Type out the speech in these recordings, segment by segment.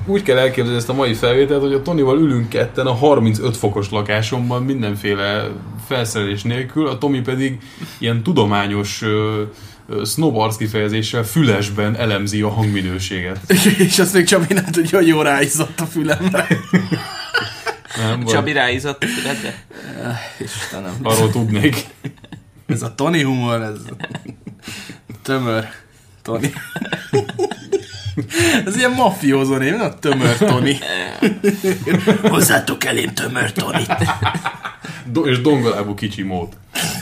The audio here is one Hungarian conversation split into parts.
úgy kell elképzelni ezt a mai felvételt, hogy a Tonival ülünk ketten a 35 fokos lakásomban mindenféle felszerelés nélkül, a Tomi pedig ilyen tudományos sznob arckifejezéssel fülesben elemzi a hangminőséget. És azt még Csabi nem tudja, hogy jól ráizott a fülemre. Csabi ráizott a füledre? Istenem. Arról tudnék. Ez a Toni humor, ez tömör Toni. Ez ilyen mafiózó név, a tömör Toni. Hozzátok elém tömör Tonit. És dongalábú kicsi mód.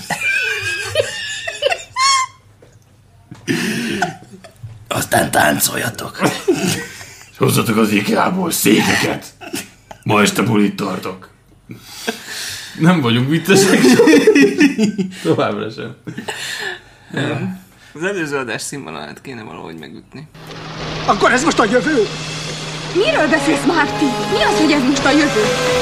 Aztán táncoljatok. És hozzatok az IKEA-ból székeket. Ma este bulit tartok. Nem vagyunk viccesek. Továbbra sem. Az előző adás színvonalát kéne valahogy megütni. Akkor ez most a jövő? Miről beszélsz, Márti? Mi az, hogy ez most a jövő?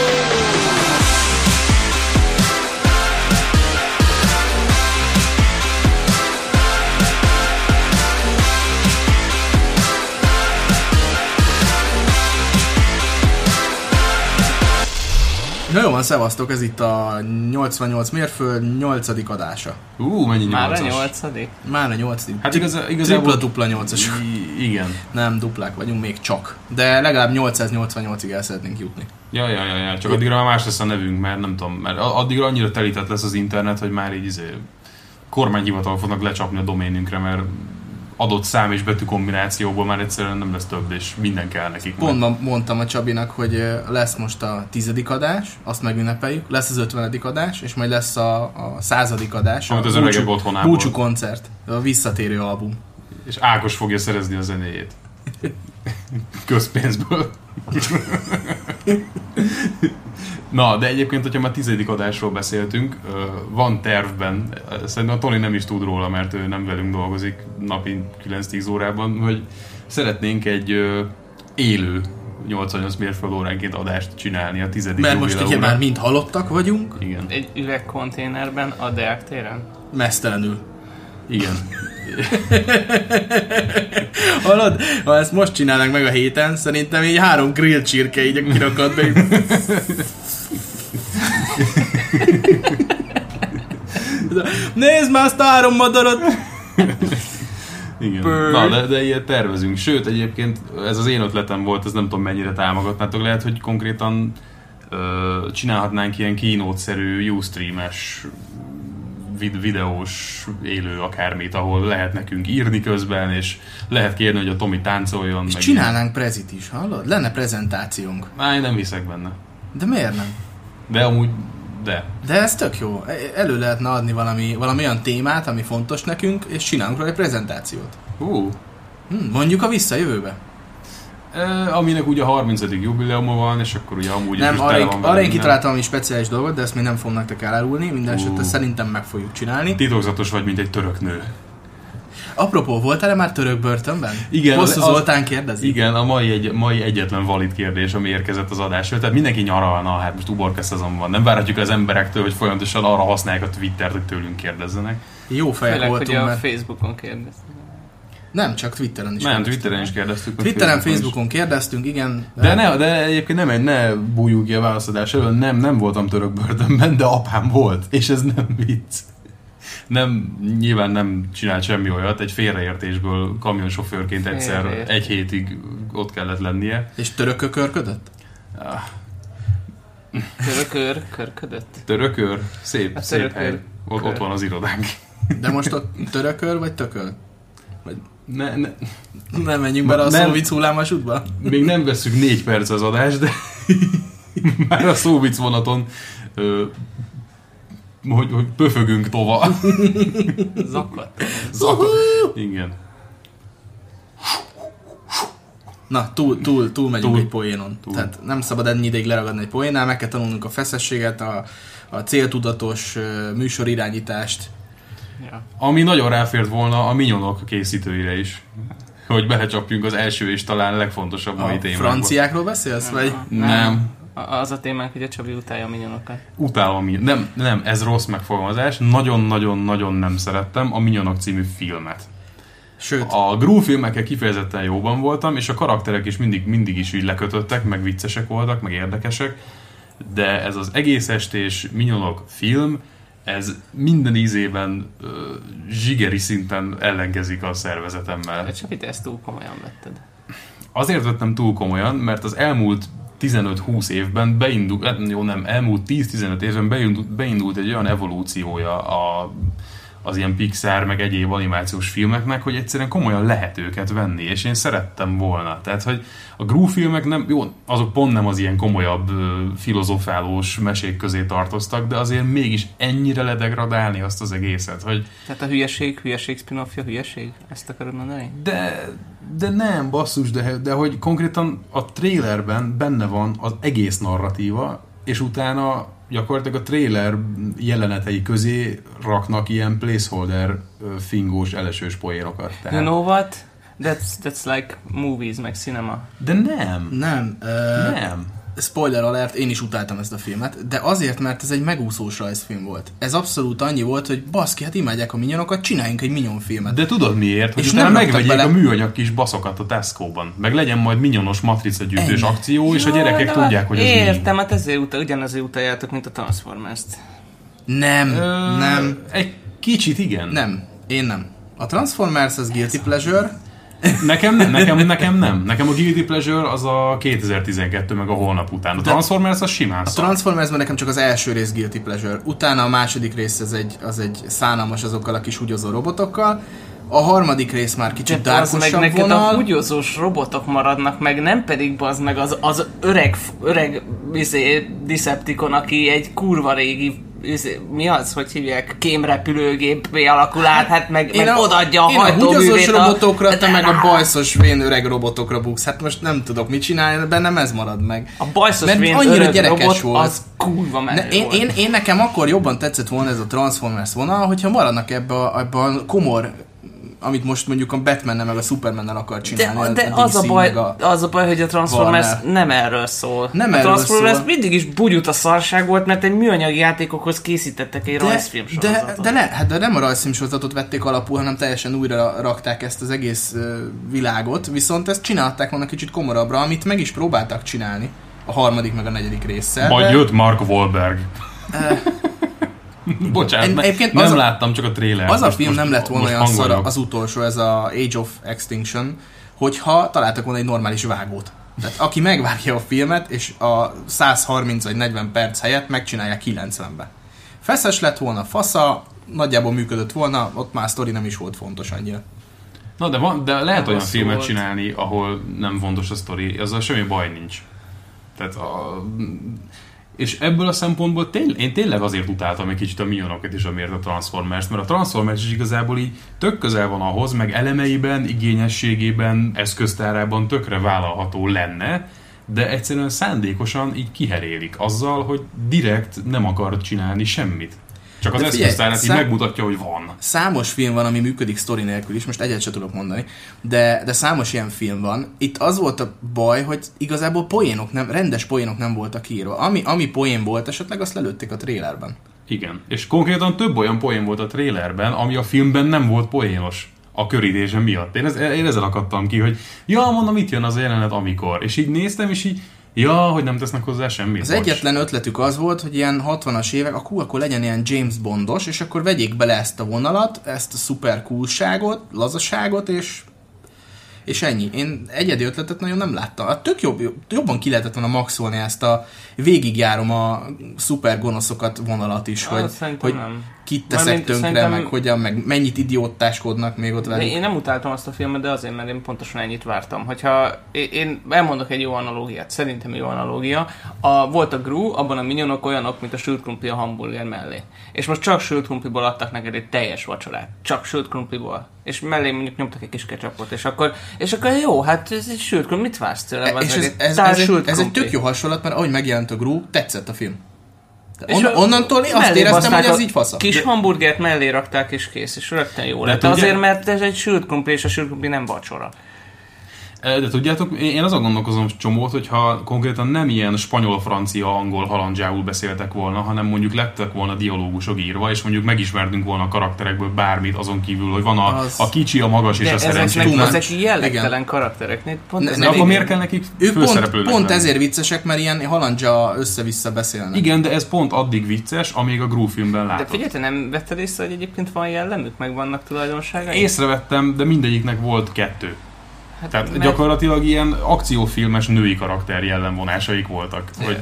Na jó van, szevasztok, ez itt a 88 mérföld 8. adása. Mennyi 8-as? Már a 8. Már a 8. Hát igazából... Dupla 8-as. Igen. Nem, duplák vagyunk még csak. De legalább 888-ig el szeretnénk jutni. Ja. Csak addigra már más lesz a nevünk, mert nem tudom, mert addigra annyira telített lesz az internet, hogy már így kormányhivatal fognak lecsapni a doménünkre, mert adott szám és betű kombinációból már egyszerűen nem lesz több, és minden kell nekik. Pont mondtam a Csabinak, hogy lesz most a 10. adás, azt megünnepeljük, lesz az 50. adás, és majd lesz a 100. adás, amit az öregebb otthonából. Búcsú koncert, a visszatérő album. És Ákos fogja szerezni a zenéjét. Közpénzből. Na, de egyébként, hogyha már 10. adásról beszéltünk, van tervben, szerintem a Toni nem is tud róla, mert ő nem velünk dolgozik napi 9-10 órában, hogy szeretnénk egy élő 88 mérföld óránként adást csinálni a 10. Mert most ugye már mind halottak vagyunk. Igen. Egy üvegkonténerben a Deák téren? Mesztelenül. Igen. Hallod? Ha ezt most csinálnánk meg a héten, szerintem így 3 grill csirke így a kirakatba. Nézd már azt a 3 madarat! Igen. Na, de ilyet tervezünk. Sőt, egyébként ez az én ötletem volt, ez nem tudom mennyire támogatnátok. Lehet, hogy konkrétan csinálhatnánk ilyen keynote-szerű Ustream-es videós, élő akármit, ahol lehet nekünk írni közben, és lehet kérni, hogy a Tomi táncoljon. És csinálnánk prezit is, hallod? Lenne prezentációnk. Én nem hiszek benne. De miért nem? De amúgy, de. De ez tök jó. Elő lehetne adni valami olyan témát, ami fontos nekünk, és csinálunk róla egy prezentációt. Mondjuk a visszajövőbe. Aminek ugye a 30. jubileuma van, és akkor ugye amúgy nem, is tele van. Arra én kitaláltam valami speciális dolgot, de ezt még nem fogom nektek elárulni, minden esetre szerintem meg fogjuk csinálni. Titokzatos vagy, mint egy török nő. Apropó, voltál-e már török börtönben? Igen. Hosszú Zoltán kérdezi. Igen, a mai egyetlen valid kérdés, ami érkezett az adásra. Tehát mindenki nyaralna, hát most uborka szezon van. Nem várhatjuk az emberektől, hogy folyamatosan arra használják a Twittert, hogy tőlünk kérdezzenek. Jó fejek voltunk, hogy a Facebookon kérdeztek. Nem, csak Twitteren is. Nem, Twitteren is kérdeztük. Twitteren, Facebookon kérdeztünk, igen. De egyébként ne bújjuk ki a válaszadás elől, nem voltam török börtönben, de apám volt, és ez nem vicc. Nyilván nem csinált semmi olyat, egy félreértésből kamionsofőrként egyszer egy hétig ott kellett lennie. És törökökörködött? Körködött? Törökör? Szép hely. Ott van az irodánk. De most ott törökör vagy tököl? Ne menjünk bele a szóvic hullámvasútba? Még nem veszünk 4 perc az adást, de már a szóvic vonaton hogy pöfögünk tovább. Zakat. Igen. Na, túl megyünk egy poénon. Tehát nem szabad ennyi ideig leragadni egy poénnál, meg kell tanulnunk a feszességet, a céltudatos műsorirányítást. Ja. Ami nagyon ráfért volna a Minyonok készítőire is. Hogy belecsapjunk az első és talán legfontosabb mai témákba. Franciákról beszélsz? Vagy? Nem. Az a témánk, hogy a Csabi utálja a Minyonokat. Utálom a Minyonok. Nem, ez rossz megfogalmazás. Nagyon-nagyon-nagyon nem szerettem a Minyonok című filmet. Sőt. A Gru filmekkel kifejezetten jóban voltam, és a karakterek is mindig is úgy lekötöttek, meg viccesek voltak, meg érdekesek, de ez az egész estés Minyonok film, ez minden ízében zsigeri szinten ellenkezik a szervezetemmel. Csak itt ezt túl komolyan vetted. Azért vettem túl komolyan, mert az elmúlt 15-20 évben elmúlt 10-15 évben beindult egy olyan evolúciója az ilyen Pixar meg egyéb animációs filmeknek, hogy egyszerűen komolyan lehet őket venni, és én szerettem volna. Tehát, hogy a Gru filmek azok pont nem az ilyen komolyabb, filozofálós mesék közé tartoztak, de azért mégis ennyire ledegradálni azt az egészet, hogy... Tehát a hülyeség spin-offja hülyeség? Ezt akarod mondani? De nem, basszus, de hogy konkrétan a trailerben benne van az egész narratíva, és utána gyakorlatilag a trailer jelenetei közé raknak ilyen placeholder fingós elesős poénokat. Tehát... You know what? That's like movies, meg cinema. De nem. Nem. Spoiler alert, én is utáltam ezt a filmet, de azért, mert ez egy megúszós rajzfilm volt. Ez abszolút annyi volt, hogy baszki, hát imádják a minyonokat, csináljunk egy minyon filmet. De tudod miért? Hogy és utána nem megvegyék bele... a műanyag kis baszokat a Tesco-ban. Meg legyen majd minyonos matrica gyűjtős akció, és a gyerekek tudják, hogy ez mi. Értem, hát ugyanazért utáljátok, mint a Transformers-t. Nem. Egy kicsit igen. Nem, én nem. A Transformers az guilty pleasure. Nekem nem. Nekem a guilty pleasure az a 2012 meg a holnap után. A Transformers az simán szar. A Transformersben nekem csak az első rész guilty pleasure. Utána a második rész az egy szánalmas azokkal a kis húgyozó robotokkal. A harmadik rész már kicsit dárkosabb meg vonal. Neked a húgyozós robotok maradnak meg, nem pedig bazd meg az öreg Decepticon, aki egy kurva régi mi az, hogy hívják, kémrepülőgépé alakul át, hát meg odaadja a hajtóművét. Én a húgyozós robotokra, te meg a bajszos vén öreg robotokra buksz. Hát most nem tudok mit csinálni, bennem ez marad meg. A bajszos vén öreg robot volt. Az kurva menő volt. Én nekem akkor jobban tetszett volna ez a Transformers vonal, hogyha maradnak ebbe a komor, amit most mondjuk a Batman-nel meg a Superman-nel akar csinálni. De az a baj, hogy a Transformers nem erről szól. A Transformers mindig is bugyuta szarság volt, mert egy műanyag játékokhoz készítettek egy rajzfilm sorozatot. De nem a rajzfilm sorozatot vették alapul, hanem teljesen újra rakták ezt az egész világot, viszont ezt csinálták volna kicsit komorabbra, amit meg is próbáltak csinálni a harmadik meg a negyedik résszel. Majd jött Mark Wahlberg. Bocsánat, nem láttam, csak a trailer. Az a film nem lett volna olyan szar, az utolsó, ez a Age of Extinction, hogyha találtak volna egy normális vágót. Tehát aki megvágja a filmet, és a 130 vagy 40 perc helyett megcsinálja 90-ben. Feszes lett volna, fasza, nagyjából működött volna, ott már a sztori nem is volt fontos annyira. Na, de lehet olyan filmet csinálni, ahol nem fontos a sztori, azzal semmi baj nincs. Tehát és ebből a szempontból én tényleg azért utáltam egy kicsit a Minyonokat is, amiért a Transformers, mert a Transformers is igazából így tök közel van ahhoz, meg elemeiben, igényességében, eszköztárában tökre vállalható lenne, de egyszerűen szándékosan így kiherélik azzal, hogy direkt nem akar csinálni semmit. Csak az eszköztárat így megmutatja, hogy van. Számos film van, ami működik sztori nélkül is, most egyet sem tudok mondani, de számos ilyen film van. Itt az volt a baj, hogy igazából rendes poénok nem voltak írva. Ami poén volt, esetleg azt lelőtték a trailerben. Igen, és konkrétan több olyan poén volt a trailerben, ami a filmben nem volt poénos a körítése miatt. Én ezzel akadtam ki, hogy mondom, itt jön az a jelenet, amikor. És így néztem, és így hogy nem tesznek hozzá semmit. Az egyetlen ötletük az volt, hogy ilyen 60-as évek, akkor legyen ilyen James Bondos, és akkor vegyék bele ezt a vonalat, ezt a szuper coolságot, lazaságot, és ennyi. Én egyedi ötletet nagyon nem láttam. Tök jobban ki lehetett volna maxolni ezt a végigjárom a szuper gonoszokat vonalat is, hogy kit teszek tönkre, meg hogyan, meg mennyit idiótáskodnak még ott velük. Én nem utáltam azt a filmet, de azért, mert én pontosan ennyit vártam. Hogyha én elmondok egy jó analógiát, szerintem jó analógia. Volt a Gru, abban a minyonok olyanok, mint a sült krumpli a hamburger mellé. És most csak sült krumpliból adtak neked egy teljes vacsorát. Csak sült krumpliból. És mellé mondjuk nyomtak egy kis ketchupot, és akkor jó, hát ez egy sült krumpli, mit vársz tőle? Ez egy tök jó hasonlat, mert ahogy megjelent a Gru, tetszett a film. Onnantól én azt éreztem, hogy ez így fasza. Kis hamburgert mellé rakták és kész, és rögtön jó lett. Azért, mert ez egy sült krumpli, és a sült krumpli nem vacsora. De tudjátok, én azon gondolkozom csomót, hogyha konkrétan nem ilyen spanyol, francia, angol halandzsául beszéltek volna, hanem mondjuk lettek volna dialógusok írva, és mondjuk megismertünk volna a karakterekből bármit azon kívül, hogy van a kicsi, a magas és a szerencsés. Ezek jellegtelen karakterek. De akkor miért kell nekik főszereplőnek pont ezért viccesek, mert ilyen halandzsa össze-vissza beszélnek. Igen, de ez pont addig vicces, amíg a Gru filmben látod. De figyelj, te nem vetted észre, hogy egyébként van jellemük, meg vannak tulajdonságai? Észrevettem, de mindegyiknek volt 2. Hát, tehát gyakorlatilag ilyen akciófilmes női karakter jellemvonásaik voltak. Hogy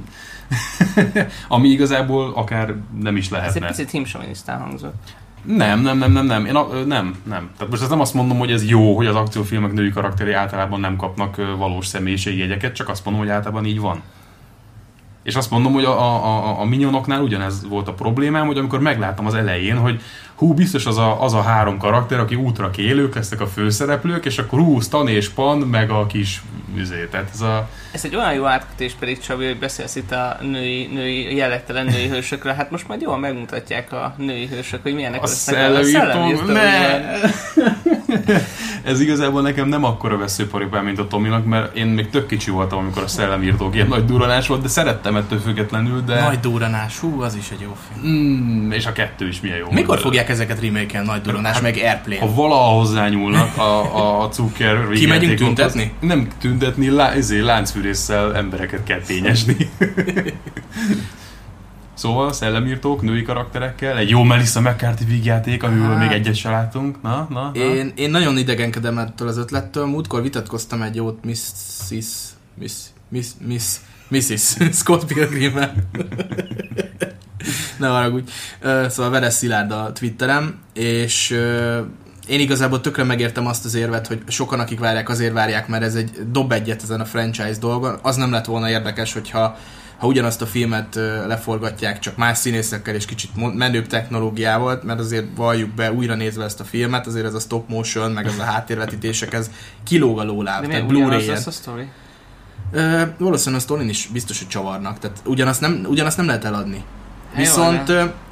ami igazából akár nem is lehetne. Ez egy picit himsovinisztán hangzott. Nem. Nem. Tehát most nem azt mondom, hogy ez jó, hogy az akciófilmek női karakteri általában nem kapnak valós személyiségi jegyeket, csak azt mondom, hogy általában így van. És azt mondom, hogy a Minionoknál ugyanez volt a problémám, hogy amikor megláttam az elején, hogy biztos az a 3 karakter, aki útra kélők lesznek a főszereplők, és akkor Stan és Pan, meg a kis tehát ez egy olyan jó átkötés pedig, Csabi, hogy beszélsz itt a női jellegtelen női hősökről. Hát most majd jól megmutatják a női hősök, hogy milyenek lesznek a szellemírtók. Ez igazából nekem nem akkora veszőparipám, mint a Tominak, mert én még tök kicsi voltam, amikor a szellemírtók ilyen nagy durranás volt, de szerettem ettől függetlenül, de... Nagy durranás, az is egy jó film. És a 2 is milyen jó. Mikor fogják ezeket remake-en, Nagy durranás, meg Airplane? Ha valaha hozzányúlnak a Zucker kimegyünk tüntetni? Nem tüntetni, láncfűrésszel embereket kell tényesni. Szóval szellemírtók, női karakterekkel, egy jó Melissa McCarthy vígjáték, amiről még egyet se látunk. Na. Én nagyon idegenkedem ettől az ötlettől. Múltkor vitatkoztam egy jót Mrs. Scott Pilgrim-mel. Ne haragudj. Szóval Veres Szilárd a Twitterem, és én igazából tökre megértem azt az érvet, hogy sokan, akik várják, azért várják, mert ez egy dob egyet ezen a franchise dolgon. Az nem lett volna érdekes, hogyha ugyanazt a filmet leforgatják, csak más színészekkel és kicsit menőbb technológiával, mert azért valljuk be, újra nézve ezt a filmet, azért ez a stop motion, meg az a háttérvetítések, ez kilóg a lóláb. De miért ugyanaz lesz a sztori? Valószínűleg a sztorin is biztos, hogy csavarnak, tehát ugyanazt nem lehet eladni. Viszont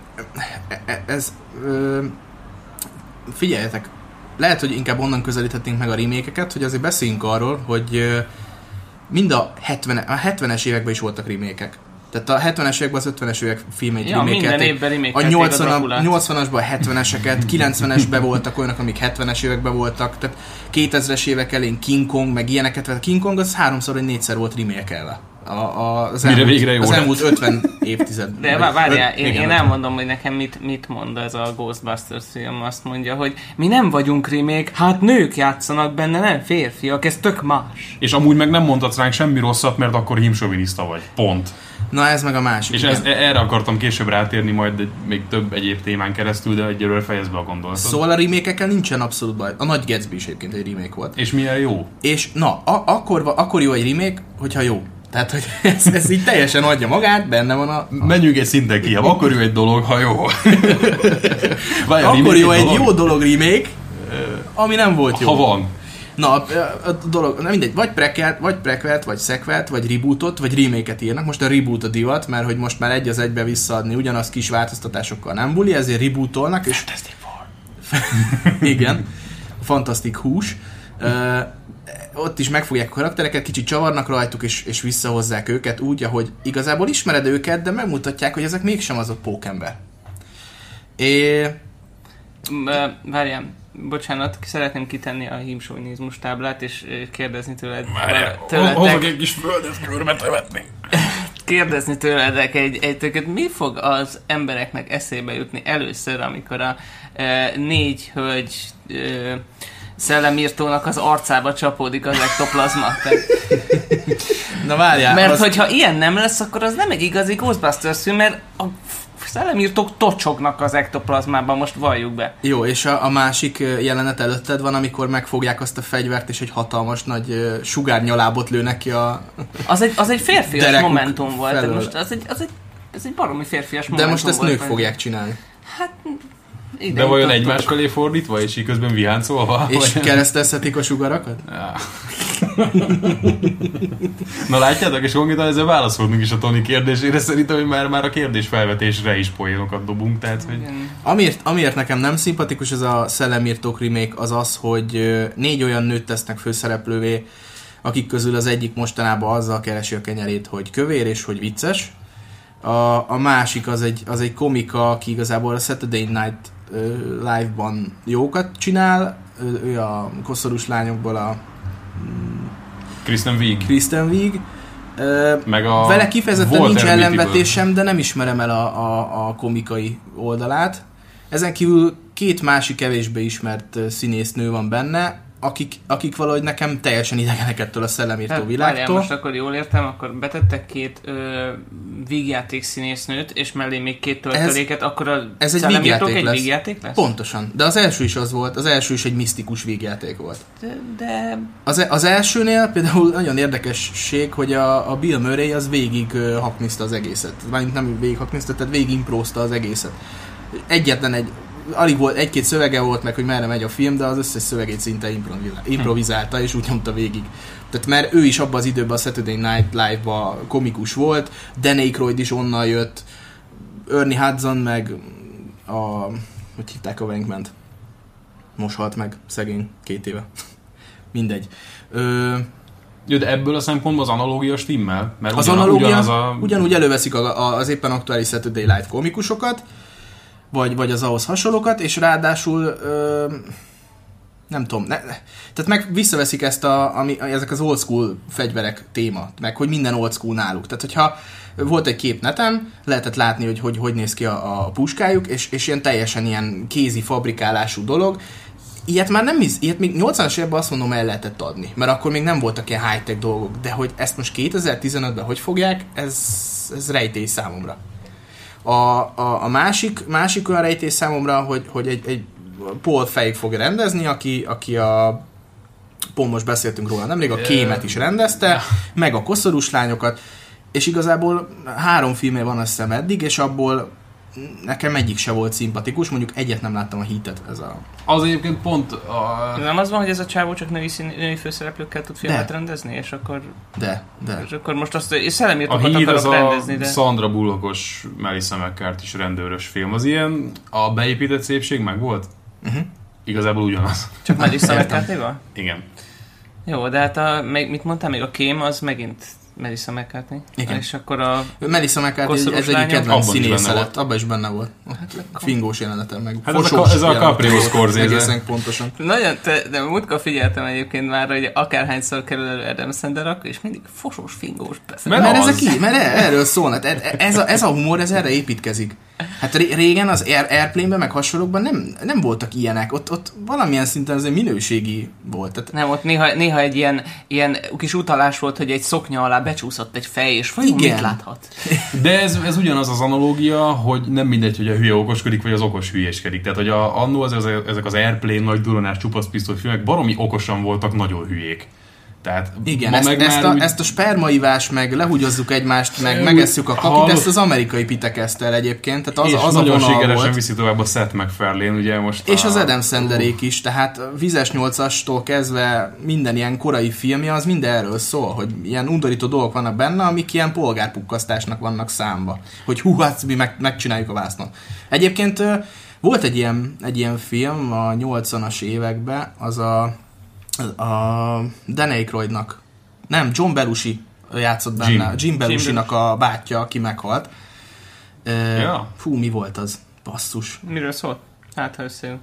figyeljetek, lehet, hogy inkább onnan közelíthetnénk meg a remake-eket, hogy azért beszéljünk arról, hogy mind a 70-es években is voltak remake-ek. Tehát a 70-es években az 50-es évek filmeit remake-elték. A 80-asban a 70-eseket, 90-esben voltak olyanok, amik 70-es években voltak. Tehát 2000-es évek elén King Kong, meg ilyeneket. A King Kong az 3-szor vagy 4-szer volt remake-elve. Az elmúlt 50 évtized. De várjál, én elmondom, hogy nekem mit mond ez a Ghostbusters film. Azt mondja, hogy mi nem vagyunk remake, hát nők játszanak benne, nem férfiak, ez tök más. És amúgy meg nem mondhatsz ránk semmi rosszat, mert akkor himsoviniszta vagy. Pont. Na ez meg a másik. És erre akartam később rátérni majd még több egyéb témán keresztül, de egyelőre fejezd be a gondolatot. Szóval a remake-ekkel nincsen abszolút baj. A Nagy Gatsby is egyébként egy remake volt. És milyen jó? És akkor jó egy remake, hogyha jó. Tehát, hogy ez így teljesen adja magát, benne van a... Menjünk egy szinten kijebb, akkor jó egy dolog, ha jó. Akkor jó egy jó dolog remake, ami nem volt jó. Ha van. Na, a dolog, nem mindegy, vagy prequelt, vagy sequelt, vagy rebootot, vagy remake-et írnak. Most a reboot a divat, mert hogy most már egy az egybe visszaadni ugyanaz kis változtatásokkal nem buli, ezért rebootolnak, és... Fantastic Four. Igen, Fantastic hús. Ott is megfogják a karaktereket, kicsit csavarnak rajtuk, és visszahozzák őket úgy, ahogy igazából ismered őket, de megmutatják, hogy ezek mégsem azok pókember. Várjál, bocsánat, szeretném kitenni a himsoviniszmus táblát, és kérdezni tőled... Hozok egy kis földet körbe temetni. Kérdezni tőledek egy tököt, mi fog az embereknek eszébe jutni először, amikor a 4 hölgy... szellemírtónak az arcába csapódik az ektoplazma. Na várjál. Mert hogyha ilyen nem lesz, akkor az nem egy igazi Ghostbusters film, mert a szellemírtók tocsognak az ektoplazmában, most valljuk be. Jó, és a másik jelenet előtted van, amikor megfogják azt a fegyvert, és egy hatalmas nagy sugárnyalábot lőnek ki a... Az egy férfias momentum volt. De most ez egy baromi férfias momentum volt. De most ezt nők fogják csinálni. Hát... De vajon egymás felé fordítva, és így közben viháncolva? És keresztezhetik a sugarakat? Na látjátok, és konkrétan ezzel válaszolnunk is a Tony kérdésére, szerintem, hogy már a kérdés felvetésre is poénokat dobunk, tehát, hogy... Amiért nekem nem szimpatikus ez a Szellemírtók remake, az, hogy 4 olyan nőt tesznek főszereplővé, akik közül az egyik mostanában azzal keresi a kenyerét, hogy kövér és hogy vicces. A másik az egy komika, aki igazából a Saturday Night Live-ban jókat csinál, ő a koszorús lányokból a Kristen Wiig. Meg a vele kifejezetten Walter nincs ellenvetésem, de nem ismerem el a komikai oldalát. Ezen kívül 2 másik kevésbé ismert színésznő van benne, akik valahogy nekem teljesen idegenek ettől a Szellemírtó világtól. Most akkor jól értem, akkor betettek 2 vígjáték színésznőt, és mellé még 2 tölteléket, akkor a ez egy Szellemírtók vígjáték egy vígjáték lesz? Pontosan. De az első is az volt, az első is egy misztikus vígjáték volt. De... Az elsőnél például nagyon érdekesség, hogy a Bill Murray az végig hakniszta az egészet. Mármint nem végig hakniszta, tehát végig imprózta az egészet. Alig volt, 1-2 szövege volt meg, hogy merre megy a film, de az összes szövegét szinte improvizálta, és úgy nyomta végig. Tehát mert ő is abban az időben a Saturday Night Live-ban komikus volt, Dan Aykroyd is onnan jött, Ernie Hudson meg hogy hívták a Wankman-t? Most halt meg, szegény, 2 éve. Mindegy. Jó, de ebből a szempontból az analógia stimmel? Mert az analógia ugyanúgy előveszik az éppen aktuális Saturday Night komikusokat, vagy az ahhoz hasonlókat, és ráadásul nem tudom, tehát meg visszaveszik ezt ezek az old school fegyverek téma, meg hogy minden old school náluk. Tehát hogyha volt egy kép neten, lehetett látni, hogy néz ki a puskájuk, és ilyen teljesen ilyen kézi fabrikálású dolog. Ilyet még 80-as években azt mondom, el lehetett adni, mert akkor még nem voltak ilyen high-tech dolgok, de hogy ezt most 2015-ben hogy fogják, ez rejtély számomra. A másik olyan rejtély számomra, hogy egy Paul Feig fog rendezni, aki pont most beszéltünk róla nemrég, a Kémet is rendezte, meg a Koszorús lányokat, és igazából 3 filmje van, azt hiszem eddig, és abból nekem egyik se volt szimpatikus, mondjuk egyet nem láttam a Heatet. Az egyébként pont Nem az van, hogy ez a csávó csak női főszereplőkkel tud filmet rendezni, és akkor... De. És akkor most azt Szellemírtókat akarok rendezni, de... A Sandra Bullockos, Melissa McCarthy is rendőrös film. Az ilyen, a beépített szépség meg volt? Igazából ugyanaz. Csak Melissa McCarthy-val? Igen. Jó, de hát mit mondtál még? A Kém az megint Melissa McCarthy. Igen. És akkor Melissa McCarthy ez egyik kedvenc színésze lett. Abban is benne volt. A fingós jeleneten meg. Hát ez a Caprio Scorsese. Egészen pontosan. Nagyon, de múltkor figyeltem egyébként már, hogy akárhányszor kerül elő Adam Sandler, és mindig fosós, fingós beszél. Mert erről szólnak. Ez a humor, ez erre építkezik. Hát régen az Airplane-ben meg hasonlókban nem voltak ilyenek. Ott valamilyen szinten ez egy minőségi volt. Tehát... Nem, ott néha egy ilyen kis utalás volt, hogy egy szoknya alá becsúszott egy fej, és vajon mit láthat? De ez ugyanaz az analógia, hogy nem mindegy, hogy a hülye okoskodik, vagy az okos hülyéskedik. Tehát, hogy annó ezek az Airplane, nagy duranás, csupasz pisztoly filmek baromi okosan voltak, nagyon hülyék. Tehát igen, ezt a spermaivás, meg lehugyozzuk egymást, meg megesszük a kakit, ezt az amerikai pitek kezdte el egyébként. Tehát az nagyon a sikeresen viszi tovább a Seth MacFarlane, ugye most. És az Adam Sandlerék is, tehát Vizes 8-astól kezdve minden ilyen korai filmje, az mind erről szól, hogy ilyen undorító dolgok vannak benne, amik ilyen polgárpukkasztásnak vannak számba. Hogy hát mi megcsináljuk a vásznon. Egyébként volt egy ilyen film a 80-as években, az a Dan Aykroydnak, nem, John Belushi játszott benne, Jim Belushi-nak a bátyja, aki meghalt. Fú, mi volt az? Basszus. Miről szólt? Hát, ha összejön.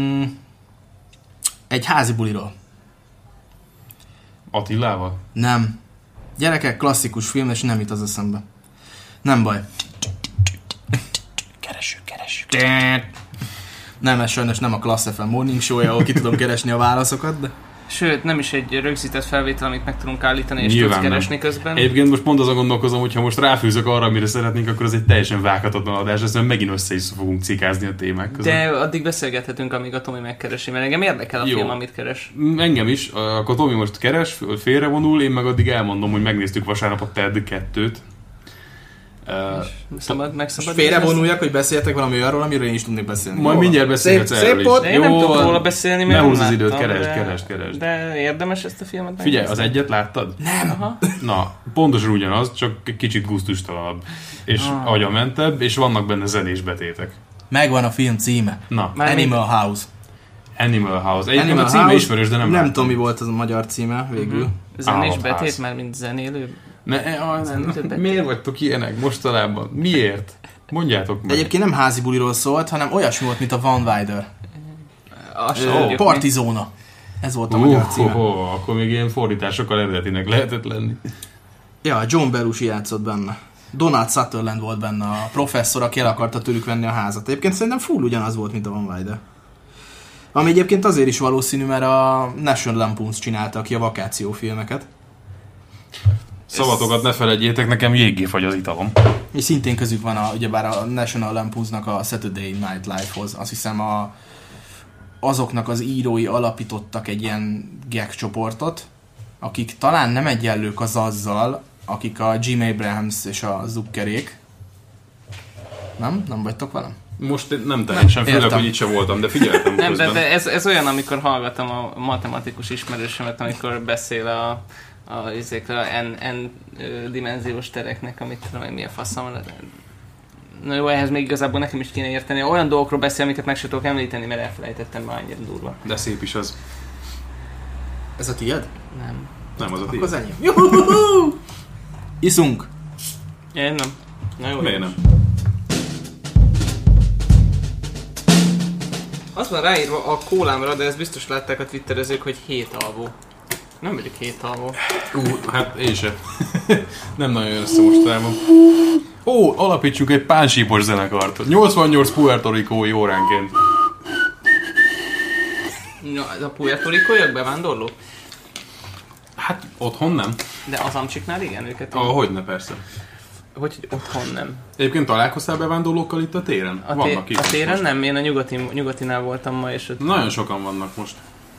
Egy házi buliról. Attilával? Nem. Gyerekek, klasszikus film, és nem jut az eszembe. Nem baj. Keressük. Nem, ez sajnos nem a Class FM Morning Show-ja, ahol ki tudom keresni a válaszokat, de... Sőt, nem is egy rögzített felvétel, amit meg tudunk állítani, és tudsz keresni közben. Egyébként most pont azon gondolkozom, hogy ha most ráfűzök arra, amire szeretnénk, akkor ez egy teljesen vághatatlan adás, ezt megint össze is fogunk cikázni a témák között. De addig beszélgethetünk, amíg a Tomi megkeresi, mert engem érdekel a film, amit keres. Engem is. Akkor Tomi most keres, félrevonul, én meg addig elmondom, hogy megnéztük vasárnap a Ted 2-t. Megszabad. Félrevonuljak, hogy beszéltek valami arról, amiről én is tudnék beszélni. Majd mindjárt beszélhetsz erről is. Én nem tudok róla beszélni, mert ne húzz nem az időt, láttam, keresd. De érdemes ezt a filmet megnézni. Figyelj, az egyet láttad? Nem. Aha. Na, pontosan ugyanaz, csak egy kicsit gusztustalanabb. És agyamentebb, és vannak benne zenés betétek. Megvan a film címe. Na, Animal House. Animal House. Egyébként Animal a címe House, ismerős, de nem tudom, mi volt az a magyar címe végül. Zenés Államház. betét, már mint zenélő. Miért vagytok ilyenek mostanában? Miért? Mondjátok meg. Egyébként nem házi buliról szólt, hanem olyasmi volt, mint a Van Wilder. Partizóna. Ez volt a magyar címe. Akkor még ilyen fordításokkal eredetinek lehetett lenni. Ja, John Belushi játszott benne. Donald Sutherland volt benne a professzor, aki el akarta tőlük venni a házat. Egyébként szerintem full ugyanaz volt, mint a Van Wilder. Ami egyébként azért is valószínű, mert a National Lampoons csinálta ki a vakációfilmeket. Szavatokat ne felejtjétek, nekem jéggé fagy az italom. És szintén közük van ugyebár a National Lampoonsnak a Saturday Night Live-hoz. Azt hiszem azoknak az írói alapítottak egy ilyen gag csoportot, akik talán nem egyenlők az azzal, akik a Jim Abrahams és a Zuckerék. Nem? Nem vagytok velem? Most nem teljesen, főleg, hogy itt sem voltam, de figyeltem Nem, közben. de ez olyan, amikor hallgatom a matematikus ismerősömet, amikor beszél a n dimenziós tereknek, amit tudom én, mi a faszom. Na jó, ehhez még igazából nekem is kéne érteni. Olyan dolgokról beszél, amiket meg sem tudok említeni, mert elfelejtettem már annyira durva. De szép is az. Ez a tiéd? Nem. Nem az a Akkor az tiéd. enyém. Juhuhu! Iszunk! Én nem. Na jó. Miért nem? Az van ráírva a kólámra, de ezt biztos látták a twitterezők, hogy 7 alvó. Nem vagyok 7 alvó. Hát én sem. Nem nagyon jön össze mostanában. Alapítsuk egy pánsípos zenekart. 88 Puerto Ricói óránként. Ja, a Puerto Ricóiak bevándorló? Hát otthon nem. De az Amcsiknál igen, őket. Hogyne, persze. Hogy otthon nem. Egyébként találkoztál bevándorlókkal itt a téren? Vannak itt. A téren most. nem, én a nyugatinál voltam ma, és ott... Nagyon sokan vannak most.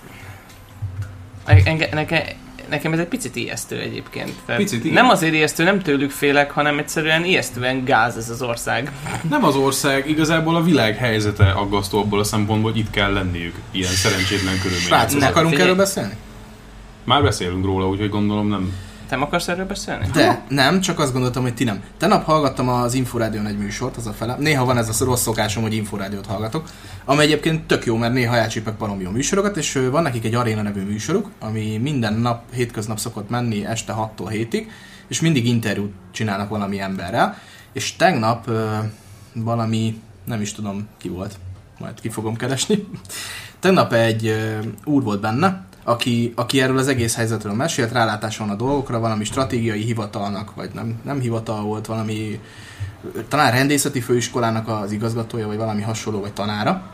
Nekem ez egy picit ijesztő egyébként. Picit, igen. Nem azért ijesztő, nem tőlük félek, hanem egyszerűen ijesztően gáz ez az ország. Nem az ország, igazából a világ helyzete aggasztó abból a szempontból, hogy itt kell lenniük ilyen szerencsétlen körülmények. Srácok, akarunk erről beszélni? Már beszélünk róla, úgyhogy gondolom nem. Te akarsz erről beszélni? De nem, csak azt gondoltam, hogy ti nem. Tegnap hallgattam az Inforádión egy műsort, az a fele. Néha van ez a rossz szokásom, hogy Inforádiót hallgatok, ami egyébként tök jó, mert néha elcsípek baromi jó műsorokat, és van nekik egy Aréna nevű műsoruk, ami minden nap, hétköznap szokott menni este 6-tól 7-ig, és mindig interjút csinálnak valami emberrel, és tegnap valami, nem is tudom ki volt, majd ki fogom keresni. Tegnap egy úr volt benne, aki erről az egész helyzetről mesélt, rálátása van a dolgokra, valami stratégiai hivatalnak, vagy nem hivatal volt, valami talán rendészeti főiskolának az igazgatója, vagy valami hasonló, vagy tanára.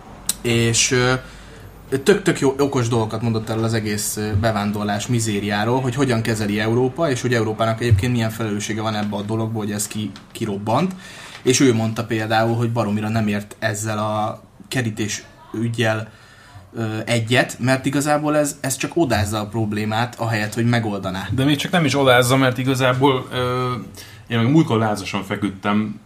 És tök jó, okos dolgokat mondott erről az egész bevándorlás mizériáról, hogy hogyan kezeli Európa, és hogy Európának egyébként milyen felelőssége van ebbe a dologból, hogy ez kirobbant. És ő mondta például, hogy baromira nem ért ezzel a kerítés üggyel egyet, mert igazából ez csak odázza a problémát, ahelyett, hogy megoldaná. De még csak nem is odázza, mert igazából én meg múltkor lázasan feküdtem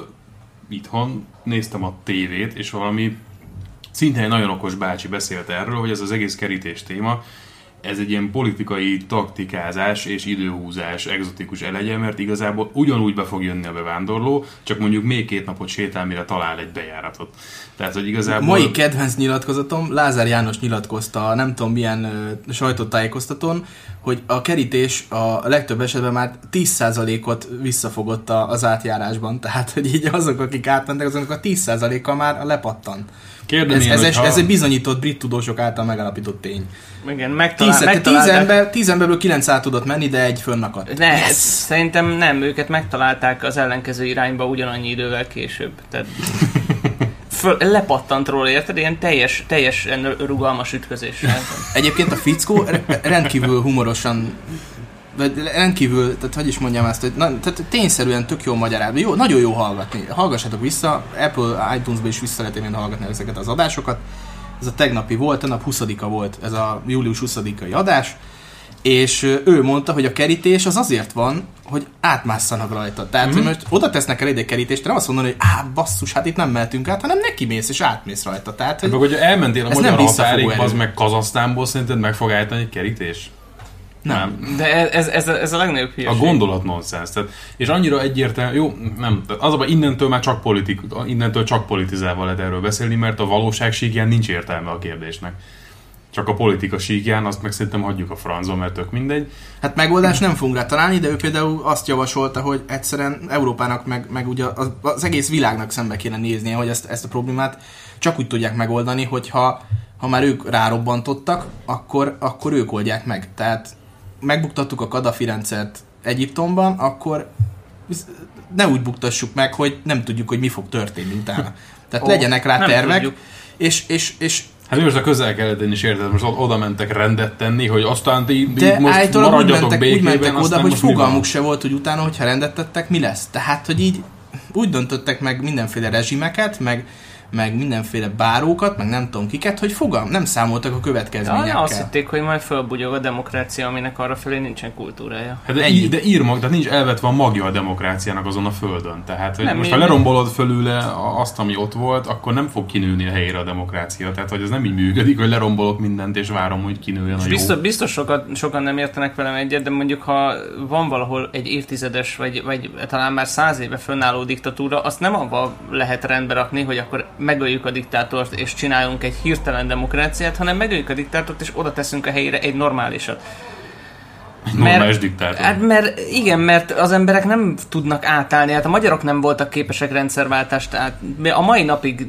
itthon, néztem a tévét, és valami szintén nagyon okos bácsi beszélt erről, hogy ez az egész kerítés téma, ez egy ilyen politikai taktikázás és időhúzás egzotikus elegye, mert igazából ugyanúgy be fog jönni a bevándorló, csak mondjuk még 2 napot sétál, mire talál egy bejáratot. Tehát, hogy igazából... Mai kedvenc nyilatkozatom, Lázár János nyilatkozta, nem tudom milyen sajtótájékoztatón, hogy a kerítés a legtöbb esetben már 10%-ot visszafogott az átjárásban. Tehát, hogy így azok, akik átmentek, azok a 10%-kal már lepattan. Ez egy bizonyított brit tudósok által megalapított tény. Igen, 10 emberből 9 át tudott menni, de egy fönnakadt. Yes. Szerintem nem, őket megtalálták az ellenkező irányba ugyanannyi idővel később. Tehát lepattant róla, érted? Ilyen teljesen rugalmas ütközéssel. Egyébként a fickó rendkívül humorosan, vagy rendkívül, tehát hogy is mondjam ezt, hogy tehát tényszerűen tök jó magyarázat. Jó, nagyon jó hallgatni. Hallgassátok vissza, Apple iTunes-ba is vissza lehet hallgatni ezeket az adásokat. Ez a tegnapi volt, tegnap 20-a volt, ez a július 20-ai adás, és ő mondta, hogy a kerítés az azért van, hogy átmásszanak rajta. Tehát, hogy most oda tesznek el egy kerítést, nem azt mondani, hogy basszus, hát itt nem mehetünk át, hanem nekimész és átmész rajta. Tehát, hogy hogyha elmentél a magyar határig, erő. az meg Kazahsztánból, szerinted meg fog állítani egy kerítés? Nem. De ez a legnagyobb hülyeség. A gondolat nonsens. És annyira egyértelmű, jó, nem, az a baj, innentől már csak politizálva lehet erről beszélni, mert a valóság síkján nincs értelme a kérdésnek. Csak a politika síkján, azt meg szerintem hagyjuk a francon, mert tök mindegy. Hát megoldást nem fogunk rá találni, de ő például azt javasolta, hogy egyszerűen Európának, meg ugye az egész világnak szembe kéne néznie, hogy ezt a problémát csak úgy tudják megoldani, hogyha már ők rárobbantottak, akkor ők oldják meg. Tehát megbuktattuk a Kadhafi rendszert Egyiptomban, akkor ne úgy buktassuk meg, hogy nem tudjuk, hogy mi fog történni utána. Tehát legyenek rá tervek, és hát most a Közel-Keleten is érted, most oda mentek rendet tenni, hogy aztán ti most maradjatok békében. Úgy mentek oda, hogy most fogalmuk se volt, hogy utána, hogyha rendet tettek, mi lesz. Tehát, hogy így úgy döntöttek meg mindenféle rezsimeket, meg mindenféle bárókat, meg nem tudom kiket, hogy nem számoltak a következményekkel. Azt hitték, hogy majd fölbugyog a demokrácia, aminek arrafelé nincsen kultúrája. Hát de tehát nincs elvetve a magja a demokráciának azon a földön. Tehát, hogy most ha lerombolod fölüle azt, ami ott volt, akkor nem fog kinőni a helyére a demokrácia. Tehát, hogy ez nem így működik, hogy lerombolok mindent, és várom, hogy kinőjön a jó. Biztos sokan nem értenek velem egyet, de mondjuk, ha van valahol egy évtizedes, vagy talán már 100 éve fönnálló diktatúra, azt nem abban lehet rendbe rakni, hogy akkor megöljük a diktátort és csináljunk egy hirtelen demokráciát, hanem megöljük a diktátort és oda teszünk a helyére egy normálisat. Normális diktátor. Hát mert az emberek nem tudnak átállni, hát a magyarok nem voltak képesek rendszerváltást, a mai napig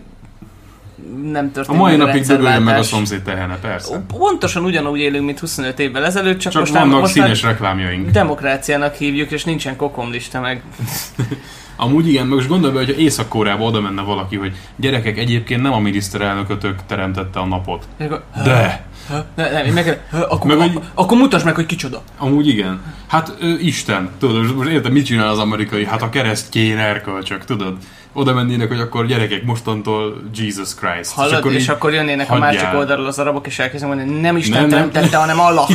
nem történik. A mai napig dögöljön meg a szomszéd tehene, persze. Pontosan ugyanúgy élünk, mint 25 évvel ezelőtt, csak most vannak színes reklámjaink. Demokráciának hívjuk, és nincsen kokomlista meg. Amúgy igen, meg most gondolj be, hogyha Észak-Koreába oda menne valaki, hogy gyerekek, egyébként nem a miniszterelnökötök teremtette a napot. De! Akkor mutasd meg, hogy kicsoda. Amúgy igen. Hát Isten, tudod, most érted, mit csinál az amerikai? Hát a keresztény erkölcsök, tudod? Oda mennének, hogy akkor gyerekek, mostantól Jesus Christ. Hallod, és akkor jönnének a másik oldalról az arabok, és elkezdenek mondani, nem Isten teremtette, hanem Allah.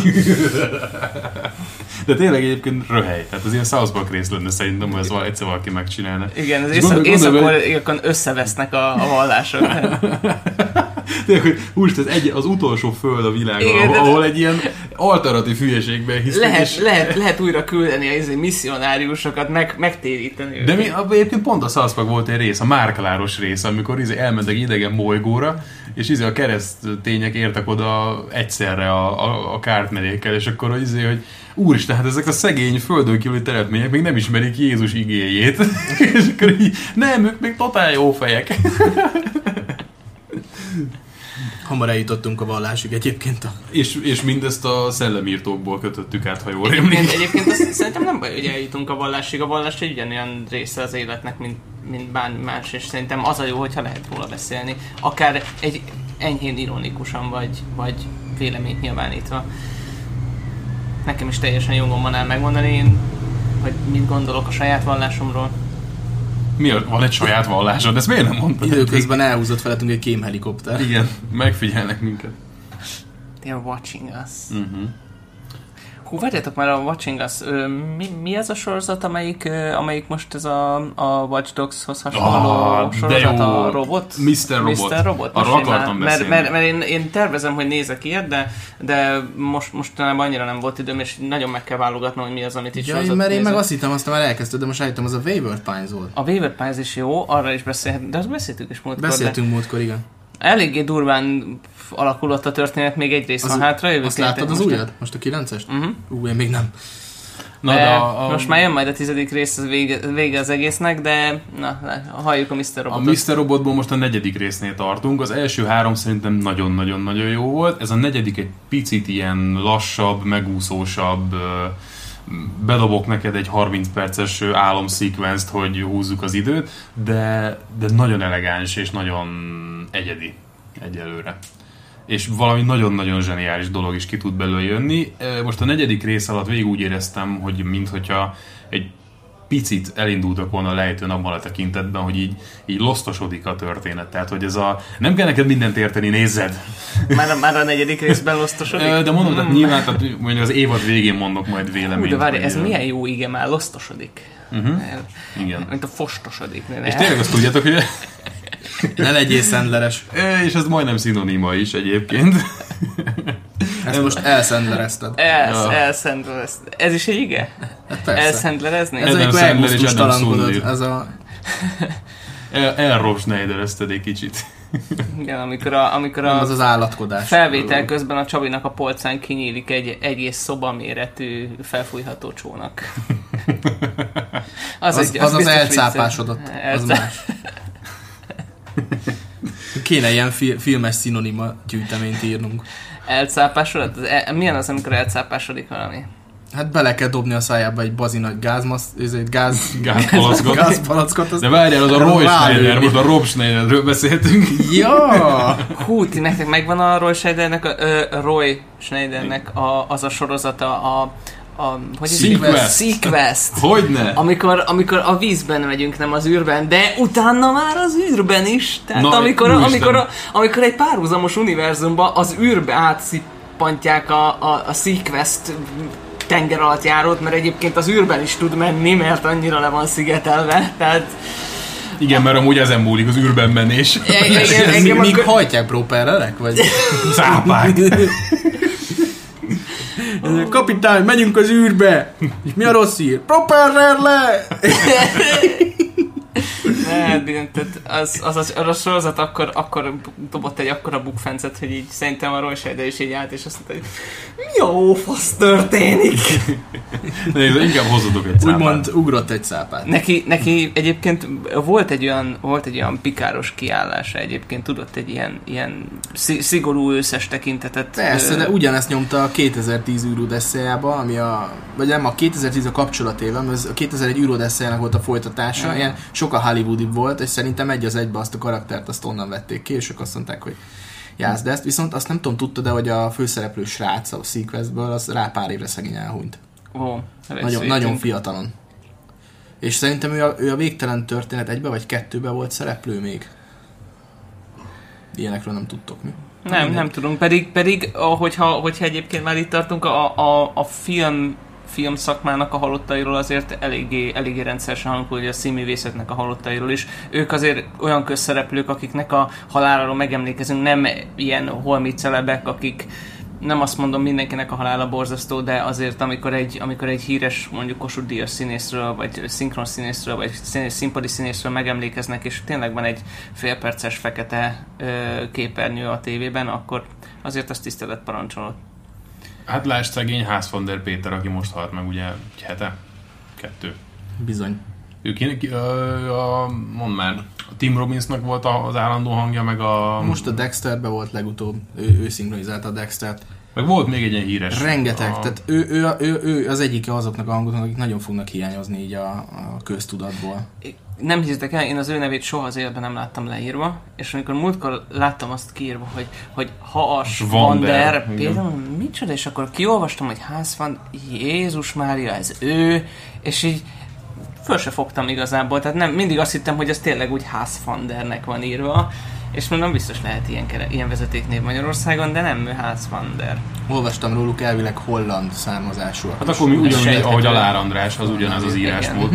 De tényleg egyébként röhely. Tehát az ilyen South Park rész lenne szerintem, hogy ez egyszer valaki megcsinálna. Igen, az észak-koreaiakon összevesznek a vallások. Tényleg, hogy úristen, ez az utolsó föld a világon, igen, ahol egy ilyen alternatív hülyeségben hisznek. Lehet újra küldeni a misszionáriusokat, megtéríteni. De egyébként pont a South Park volt egy rész, a Márkláros rész, amikor elmentek idegen bolygóra, és a keresztények értek oda egyszerre a kártmerékkel, és akkor hogy úristen, hát ezek a szegény földön kívüli telepmények még nem ismerik Jézus igéjét. És akkor így, nem, ők még totál jó fejek. Hamar eljutottunk a vallásig egyébként. És mindezt a szellemírtókból kötöttük át, ha jól emlékszem. Egyébként szerintem nem baj, hogy eljutunk a vallásig. A vallás egy ugyanolyan része az életnek, mint bármi más, és szerintem az a jó, hogyha lehet róla beszélni. Akár egy enyhén ironikusan, vagy véleményt nyilvánítva. Nekem is teljesen jogom van el megmondani, hogy mit gondolok a saját vallásomról. Van egy saját vallásod? Ezt miért nem mondtad? Időközben elhúzott felettünk egy kémhelikopter. Igen, megfigyelnek minket. They're watching us. Hú, várjátok már a Watching Us. Mi ez a sorozat, amelyik most ez a Watch Dogs-hoz hasonló sorozat, a Robot? Mr. Robot. Arról akartam beszélni. Mert én tervezem, hogy nézek ilyet, de mostanában annyira nem volt időm, és nagyon meg kell válogatnom, hogy mi az, amit itt sorozat mert én meg azt hittem, aztán már elkezdted, de most állítom, az a Wayward Pines volt. A Wayward Pines is jó, arra is beszélhetünk, de azt beszéltük is múltkor. Beszéltünk múltkor, igen. Eléggé alakulott a történet, még egy rész van hátra. Azt láttad az újat? Most a 9-est? Én még nem. Most már jön majd a 10. rész, az vége az egésznek, de halljuk a Mr. Robotot. A Mr. Robotból most a 4. résznél tartunk. Az első 3 szerintem nagyon-nagyon-nagyon jó volt. Ez a 4. egy picit ilyen lassabb, megúszósabb, bedobok neked egy 30 perces álomszekvenzt, hogy húzzuk az időt, de nagyon elegáns és nagyon egyedi egyelőre. És valami nagyon-nagyon zseniális dolog is ki tud belőle jönni. Most a 4. rész alatt végig úgy éreztem, hogy minthogyha egy picit elindultak volna a lejtőn abban a tekintetben, hogy így losztosodik a történet. Tehát, hogy ez nem kell neked mindent érteni, nézzed. Már a 4. részben losztosodik? De mondom, tehát nyilván, tehát mondjuk az évad végén mondok majd véleményt. De várj, ez milyen jó ige, már losztosodik. Igen. Mint a fostosodik. És tényleg azt tudjátok, hogy... Ne legyél Sandler-es. És ez majdnem szinoníma is egyébként. Ezt most elszendlerezted. Elszendlerezted. Ez is egy ige? Hát persze. Elszendlerezni? Ez amikor elgusztustalankodod. Ez a... Elrob Schneiderezted egy kicsit. Igen, amikor az az állatkodás. Felvétel közben a Csabinak a polcán kinyílik egy egész szobaméretű felfújható csónak. Az elcápásodott. Az más. Kéne ilyen filmes szinonima gyűjteményt írnunk. Elcápásodott? Milyen az, amikor elcápásodik valami? Hát bele kell dobni a szájába egy bazinat gázpalackot. De várjál, az a Roy Schneider, most a Rob Schneiderről beszéltünk. Ja! Hú, ti nektek megvan a Roy Schneidernek az a sorozata, Sequest. Hogyne? Amikor a vízben megyünk, nem az űrben, de utána már az űrben is. Tehát amikor egy párhuzamos univerzumban az űrbe átszippantják a Sequest tenger alatt járót, mert egyébként az űrben is tud menni, mert annyira le van szigetelve, tehát... Igen, mert amúgy ezen múlik az űrben menés. Még hajtják propellerek, vagy? Cápák! Kapitány, menjünk az űrbe! És mi a rossz hír? Propeller le! Az a sorozat akkor dobott egy akkora bukfencet, hogy így szerintem a Roy Schneider is így állt, és azt mondta, hogy mi a ófasz történik? Inkább hozzadok egy cápát. Úgymond ugrott egy cápát. Neki egyébként volt egy olyan pikáros kiállása egyébként, tudott egy ilyen szigorú őszes tekintetet. Persze, de ugyanezt nyomta a 2010 űrodesszejába, vagy nem, a 2010 a kapcsolatével, mert a 2001 űrodesszejának volt a folytatása, ilyen sokkal hollywoodibb volt, és szerintem egy az egybe azt a karaktert azt onnan vették ki, és ők azt mondták, hogy jász, de ezt viszont azt nem tudom, tudta, de hogy a főszereplő srác a Sequestből, az rá pár évre szegény elhunyt. Nagyon fiatalon. És szerintem ő a Végtelen történet 1-be vagy 2-be volt szereplő még. Ilyenekről nem tudtok, mi? Nem tudunk, pedig hogyha egyébként már itt tartunk, a film szakmának a halottairól azért eléggé rendszeresen hallunk, hogy a színművészetnek a halottairól is. Ők azért olyan közszereplők, akiknek a haláláról megemlékezünk, nem ilyen holmi celebek, akik nem azt mondom mindenkinek a halála borzasztó, de azért amikor egy híres mondjuk Kossuth Díjas színészről, vagy szinkron színészről, vagy színpadi színészről megemlékeznek, és tényleg van egy félperces fekete képernyő a tévében, akkor azért azt tisztelet parancsolod. Hát lásd szegény Haas van der Péter, aki most halt meg ugye egy hete? 2. Bizony. Mondd már, a Tim Robbinsnak volt az állandó hangja, meg a... Most a Dexterben volt legutóbb, ő szinkronizálta a Dextert. Meg volt még egy ilyen híres... Rengeteg, tehát ő az egyike azoknak a hangoknak, akik nagyon fognak hiányozni így a köztudatból. Nem hisztek el, én az ő nevét soha az életben nem láttam leírva, és amikor múltkor láttam azt kiírva, hogy Haas van der, például micsoda, és akkor kiolvastam, hogy Haas van, Jézus Mária, ez ő, és így föl se fogtam igazából, tehát nem, mindig azt hittem, hogy ez tényleg úgy Haas van dernek van írva, és mondom, biztos lehet ilyen vezetéknév Magyarországon, de nem Haas van der. Olvastam róluk, elvileg holland származásúak. Hát akkor mi ugyanúgy, ahogy a Lár András, az ugyanaz az írás volt.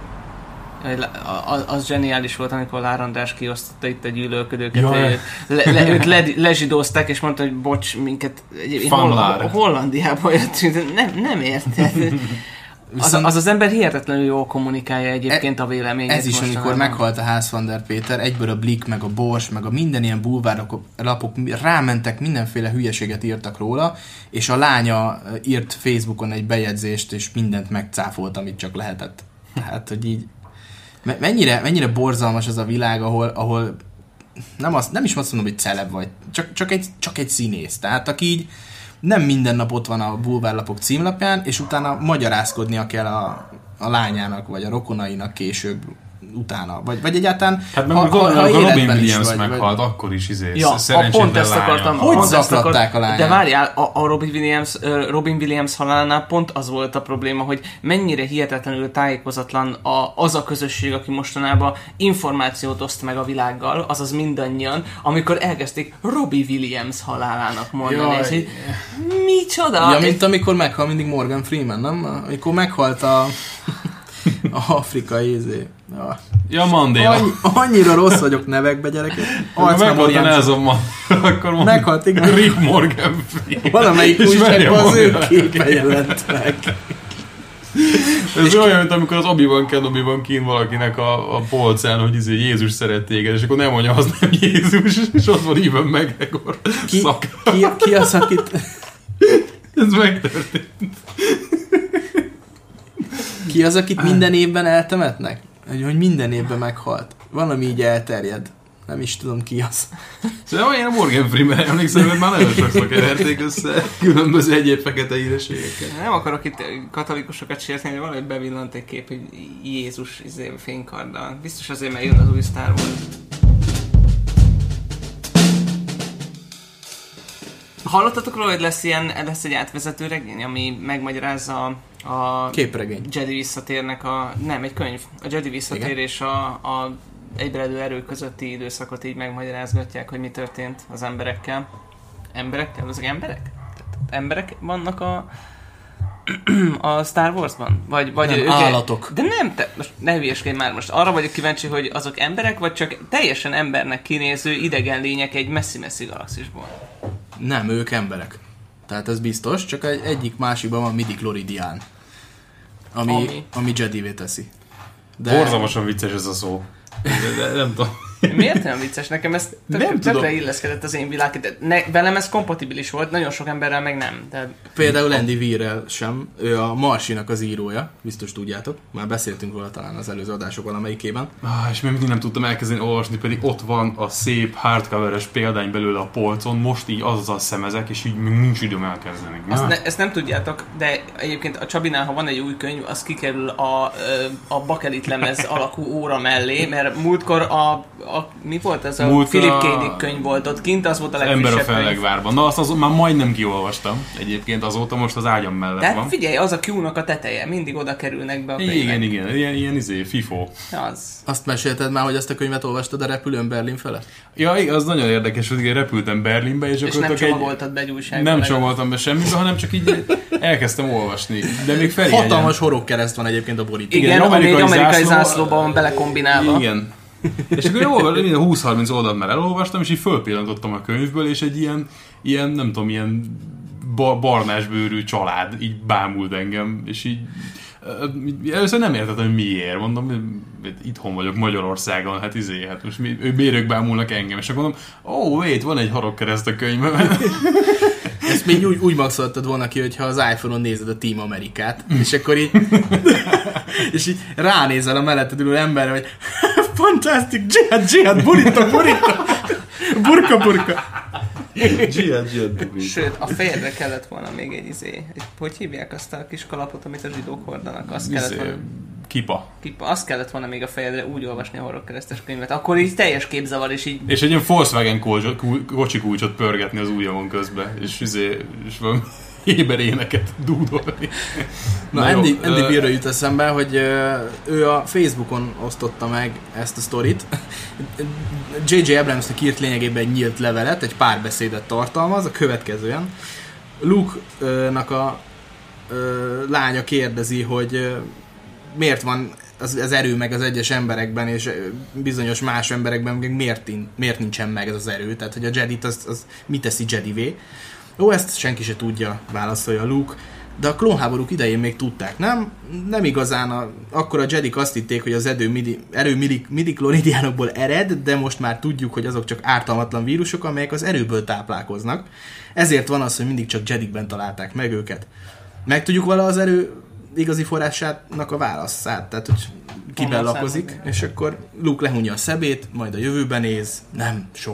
Az zseniális volt, amikor Lár András kiosztotta itt a gyűlölködőket. Őt lezsidózták, és mondta, hogy bocs, minket Hollandiából jöttünk, nem érted. Az ember hihetetlenül jól kommunikálja egyébként a véleményét. Ez is, amikor meghalt a Haas van der Péter, egyből a Blick, meg a Bors, meg a minden ilyen bulvárlapok rámentek, mindenféle hülyeséget írtak róla, és a lánya írt Facebookon egy bejegyzést, és mindent megcáfolt, amit csak lehetett. Hát, hogy így mennyire borzalmas az a világ, ahol nem is azt mondom, hogy celeb vagy, csak egy színész. Tehát aki így nem minden nap ott van a bulvárlapok címlapján, és utána magyarázkodnia kell a lányának, vagy a rokonainak később, utána. Vagy egyáltalán, hát ha Robin Williams meghalt, akkor is pont ezt akartam. Hogy zaklatták a lányát? De várjál, a Robin Williams halálnál pont az volt a probléma, hogy mennyire hihetetlenül tájékozatlan az a közösség, aki mostanában információt oszt meg a világgal, azaz mindannyian, amikor elkezdték Robbie Williams halálának mondani. És így, micsoda? Ja, mint amikor meghal mindig Morgan Freeman, nem? Amikor meghalt a afrikai Ja, Mandela. Annyira rossz vagyok nevekbe, gyerekek. Meghalt a Nelson Mandela, akkor meghalt, igen. Rick Morgan Freeman. Valamelyik újságban az ő képe jelent meg. Ez olyan, mint amikor az Obi-Wan Kenobi van kín valakinek a polcán, hogy Jézus szeret téged, és akkor nem mondja, az nem Jézus, és ott van Ewan McGregor ki az, akit... Ez megtörtént. Ki az, akit minden évben eltemetnek? Hogy minden évben meghalt. Valami így elterjed. Nem is tudom, ki az. Szóval én a Morgan Freeman emlékszem, hogy már nagyon sokszor keverték össze különböző egyéb fekete hírességekkel. Nem akarok itt katolikusokat sérteni, de valahogy bevillant egy kép, hogy Jézus fénykarddal. Biztos azért, mert jön az új Star Wars. Hallottatok róla, hogy lesz egy átvezető regény, ami megmagyarázza a képregény. Jedi visszatérnek nem, egy könyv. A Jedi visszatérés a egybeledő erők közötti időszakot így megmagyarázgatják, hogy mi történt az emberekkel. Emberekkel? Azok emberek? Emberek vannak a Star Wars-ban? Vagy nem, állatok. De nem, most ne hülyeskedj már, most arra vagyok kíváncsi, hogy azok emberek, vagy csak teljesen embernek kinéző idegen lények egy messzi-messzi galaxisból? Nem, ők emberek. Tehát ez biztos, csak egyik másikban van midi-chloridián. Ami Jedivé teszi. Borzalmasan vicces ez a szó. De nem tudom. Miért nem vicces? Nekem ez tökre illeszkedett az én világ. Velem ez kompatibilis volt, nagyon sok emberrel meg nem. De... Például Andy Weirrel sem. Ő a Marsinak az írója, biztos tudjátok. Már beszéltünk róla talán az előző adások valamelyikében. És még mindig nem tudtam elkezdeni olvasni, pedig ott van a szép hardcoveres példány belőle a polcon, most így azzal szemezek, és így még nincs időm elkezdeni. Ezt nem tudjátok, de egyébként a Csabinál, ha van egy új könyv, az kikerül a bakelit lemez alakú óra mellé, mert múltkor mi volt ez? A Philip K. Dick könyv volt ott kint, az volt a legfrissebb Ember a Fellegvárban. Na azt már majdnem kiolvastam. Egyébként azóta most az ágyam mellett de van. Figyelj, az a Q-nak a teteje. Mindig oda kerülnek be a könyvek. Igen. Ilyen FIFO. Az. Azt mesélted már, hogy ezt a könyvet olvastad a repülőn Berlin fele? Ja, az nagyon érdekes, hogy repültem Berlinbe, és akkor nem csomagoltad be egy újságba. Nem csomagoltam be semmibe, hanem csak így elkezdtem olvasni. De még felhiányom. Hatalmas horogkereszt van egyébként a borítékon. Igen, ami egy amerikai zászlóban van belekombinálva. Igen. És akkor 20-30 oldalt már elolvastam, és így fölpillantottam a könyvből, és egy ilyen nem tudom, ilyen barnásbőrű család így bámult engem, és így először nem értettem, hogy miért. Mondom, itthon vagyok Magyarországon, hát most bérők bámulnak engem, és akkor mondom, wait, van egy harogkereszt a könyvben. Ezt még úgy maxoltad volna ki, hogyha az iPhone-on nézed a Team Amerikát, és akkor így és így ránézel a melletted ülő emberre, hogy fantastic, dzsihad, burrito, burka. Dzsihad, sőt, a fejedre kellett volna még egy hogy hívják azt a kis kalapot, amit a zsidók hordanak? Azt kellett volna... Kipa. Azt kellett volna még a fejedre úgy olvasni a horrorkeresztes könyvet. Akkor így teljes képzavar, és így... És egy ilyen Volkswagen kocsikulcsot pörgetni az ujjamon közben, és van éber éneket dúdolni. Na Andy Weirről jut eszembe, hogy ő a Facebookon osztotta meg ezt a sztorit. J.J. Abramsnak írt lényegében egy nyílt levelet, egy párbeszédet tartalmaz, a következően. Luke-nak a lánya kérdezi, hogy miért van az erő meg az egyes emberekben, és bizonyos más emberekben miért nincsen meg ez az erő. Tehát, hogy a Jedit az mit teszi Jedivé. Ezt senki se tudja, válaszolja Luke. De a klónháborúk idején még tudták, nem igazán. Akkor a Jedik azt hitték, hogy az erő midi-kloridiánokból ered, de most már tudjuk, hogy azok csak ártalmatlan vírusok, amelyek az erőből táplálkoznak. Ezért van az, hogy mindig csak Jedikben találták meg őket. Megtudjuk vala az erő igazi forrásának a válaszát, tehát hogy kiben lakozik, és akkor Luke lehunja a szebét, majd a jövőben néz, nem, soha.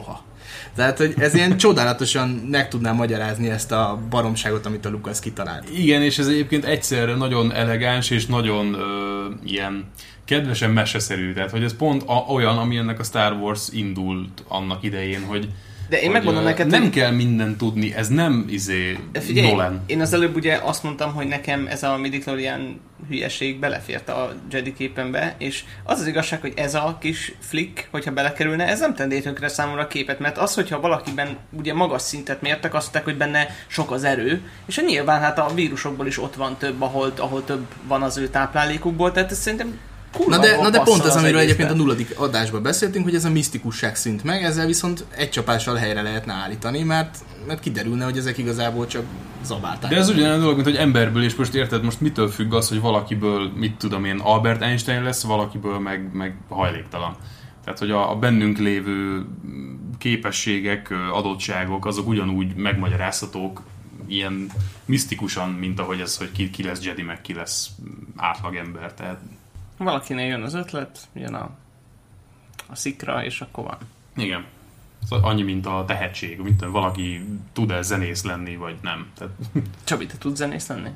Tehát, hogy ez ilyen csodálatosan meg tudnám magyarázni ezt a baromságot, amit a Lucas kitalált. Igen, és ez egyébként egyszerre nagyon elegáns és nagyon ilyen kedvesen meseszerű. Tehát, hogy ez pont olyan, ami ennek a Star Wars indult annak idején, hogy de én megmondom neked, nem kell mindent tudni, ez nem figyelj, Nolan. Én az előbb ugye azt mondtam, hogy nekem ez a midi-chlorian hülyeség belefért a Jedi képembe, és az az igazság, hogy ez a kis flick, hogyha belekerülne, ez nem tenné tönkre számomra a képet, mert az, hogyha valakiben ugye magas szintet mértek, azt mondták, hogy benne sok az erő, és nyilván hát a vírusokból is ott van több, ahol több van az ő táplálékukból, tehát ez szerintem Na de pont az, amiről egyébként a 0. adásban beszéltünk, hogy ez a misztikusság szűnt meg, ezzel viszont egy csapással helyre lehetne állítani, mert kiderülne, hogy ezek igazából csak zabálták. De ez ugyanolyan dolog, mint hogy emberből, és most érted, most mitől függ az, hogy valakiből, mit tudom én, Albert Einstein lesz, valakiből meg hajléktalan. Tehát, hogy a bennünk lévő képességek, adottságok, azok ugyanúgy megmagyarázhatók ilyen misztikusan, mint ahogy ez, hogy ki lesz Jedi, meg ki lesz átlagember. Tehát valakinél jön az ötlet, jön a szikra, és akkor van. igen. Szóval annyi, mint a tehetség, mint tudom, valaki tud-e zenész lenni, vagy nem. Tehát... Csabi, te tudsz zenész lenni?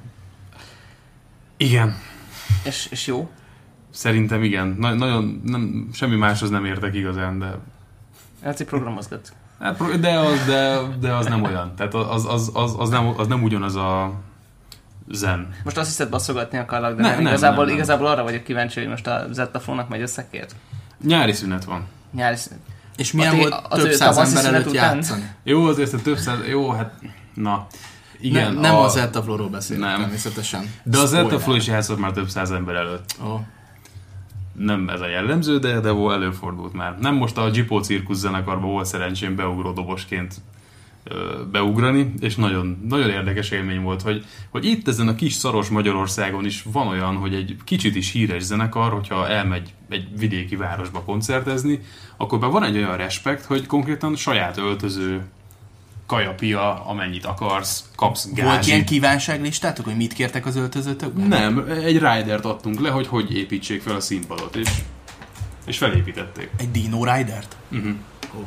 Igen. És jó? Szerintem igen. Nagyon, nem, semmi máshoz nem értek igazán, de... Hát, programozgat. Hát, de az nem olyan. Tehát az nem ugyanaz a zen. Most azt hiszed basszogatni akarlak, de nem, igazából arra vagyok kíváncsi, hogy most a Zettafónak megy összekért. Nyári szünet van. Nyári szünet. És milyen volt több száz ember előtt játszani? Jó, azért több száz... Jó, hát... Na... Igen, nem a Zettaflóról beszélünk természetesen. De a Zettafló is játszott már több száz ember előtt. Oh. Nem ez a jellemző, de előfordult már. Nem most a Gipó cirkusz zenekarban volt szerencsém beugró dobosként beugrani, és nagyon, nagyon érdekes élmény volt, hogy itt ezen a kis szaros Magyarországon is van olyan, hogy egy kicsit is híres zenekar, hogyha elmegy egy vidéki városba koncertezni, akkor van egy olyan respekt, hogy konkrétan saját öltöző, kajapia, amennyit akarsz, kapsz gázsit. Volt ilyen kívánságlistátok, hogy mit kértek az öltözőtökben? Nem, egy ridert adtunk le, hogy építsék fel a színpadot, és felépítették. Egy Dino Ridert? Uh-huh. Oh.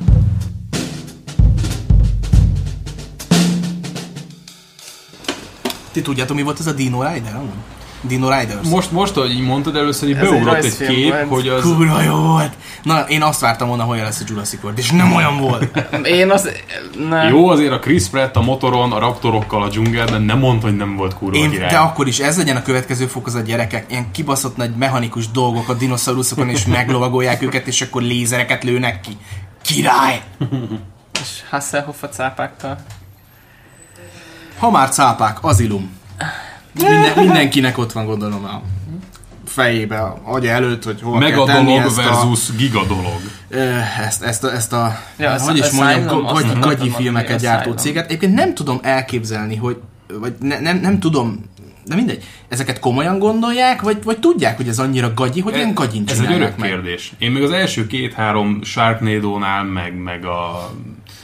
Ti tudjátok, mi volt ez a Dino Rider? Dino Riders. Most, hogy így mondtad, először így beugrott egy kép, hogy az... Kurva jó volt! Na, én azt vártam volna, hogy lesz a Jurassic World, és nem olyan volt. Nem. Jó, azért a Chris Pratt a motoron, a raptorokkal a dzsungelben nem mondta, hogy nem volt kurva király. De akkor is ez legyen a következő fokozat, gyerekek. Ilyen kibaszott nagy mechanikus dolgok a dinoszauruszokon, és meglovagolják őket, és akkor lézereket lőnek ki. Király! És Hasselhoff a cápákkal. Ha már cápák, Azilum. Mindenkinek ott van, gondolom, a fejébe, a agya előtt, hogy hova kell tenni ezt versus gigadolog. Ezt a hogy is mondjam, gagyi filmeket gyártó céget. Egyébként nem tudom elképzelni, hogy vagy nem tudom, de mindegy. Ezeket komolyan gondolják, vagy tudják, hogy ez annyira gagyi, hogy ilyen gagyin csinálják meg? Ez egy örök kérdés. Én még az első 2-3 Sharknado-nál, meg a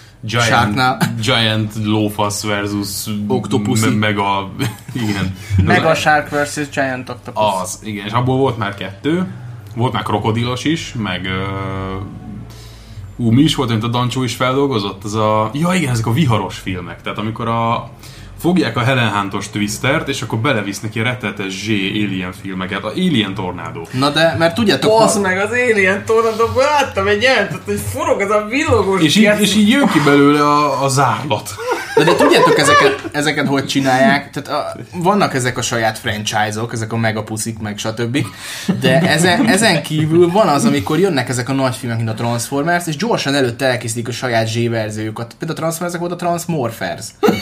Giant Lófasz versus Octopussy. meg a... Igen. Mega Shark versus Giant Octopus. Az, igen. És abból volt már 2. Volt már krokodilos is, meg... mi is volt, amit a Dancsó is feldolgozott? Az a... Ja igen, ezek a viharos filmek. Tehát amikor fogják a Helen Hunt-os Twistert, és akkor belevisz neki a rettetes Alien filmeket, a Alien Tornado. Na de, mert tudjátok... Basz meg az Alien Tornado-ban láttam egy jelentet, hogy forog az a villogós... És így jön ki belőle a zárlat. De tudjátok ezeket hogy csinálják? Tehát vannak ezek a saját franchise-ok, ezek a Megapuszik, meg stb. De ezen kívül van az, amikor jönnek ezek a nagy filmek, mint a Transformers, és gyorsan előtte elkészítik a saját Z-verziójukat. Például a Transformers volt a Transmorphers.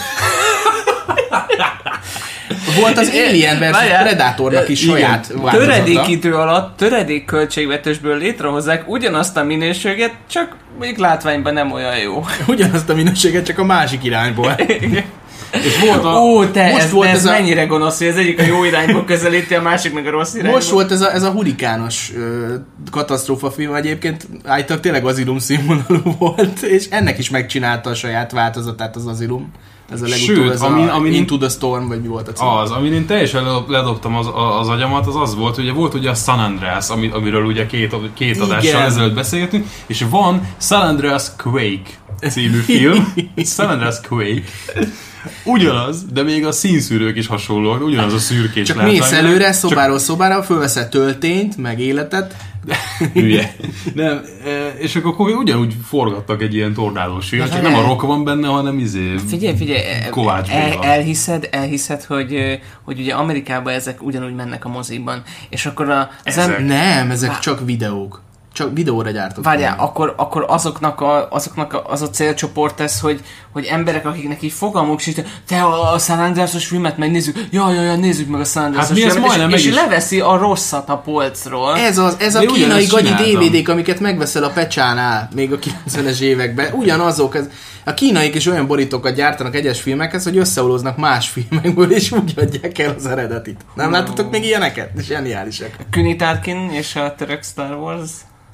Volt az Alien versus Predatornak is saját változata. Töredékidő alatt, töredék költségvetésből létrehozzák ugyanazt a minőséget, csak mondjuk látványban nem olyan jó. Ugyanazt a minőséget, csak a másik irányból. És volt ez mennyire gonosz, hogy az egyik a jó irányból közelíti, a másik meg a rossz irányból. Most volt ez a hurikános katasztrófa film, egyébként állítólag tényleg Azilum színvonalú volt, és ennek is megcsinálta a saját változatát az Azilum. Ez a legutóbb, ez amin Into the Storm, vagy mi volt a cím? Az, amin én teljesen ledobtam az agyamat, az volt, ugye volt ugye a San Andreas, amiről ugye két adással ezelőtt beszélgetünk, és van San Andreas Quake. című film, San Andreas Quake, ugyanaz, de még a színszűrők is hasonlóak, ugyanaz a szürkés csak mész előre, szobáról szobára, fölveszed töltényt, meg életet. Hülye. Nem, és akkor ugyanúgy forgattak egy ilyen tornádós filmet, csak nem a Rock van benne, hanem Figyelj, Kovács Béla. elhiszed, hogy ugye Amerikában ezek ugyanúgy mennek a moziban, és akkor Nem, ezek csak videók. Csak videóra gyártott. Várjál, akkor azoknak az a célcsoport ez, hogy emberek, akiknek így fogalmuk sincs, te a San Andreas-os filmet megnézzük, ja, nézzük meg a San Andreas-os filmet, és leveszi a rosszat a polcról. Ez a kínai gagyi DVD-k, amiket megveszel a Pecsánál, még a 90-es években, ugyanazok. A kínaik is olyan borítókat gyártanak egyes filmekhez, hogy összeolóznak más filmekből, és úgy adják el az eredetit. Nem láttatok még ilyeneket? Zseniálisak. Küni Tarkin és a török Star Wars.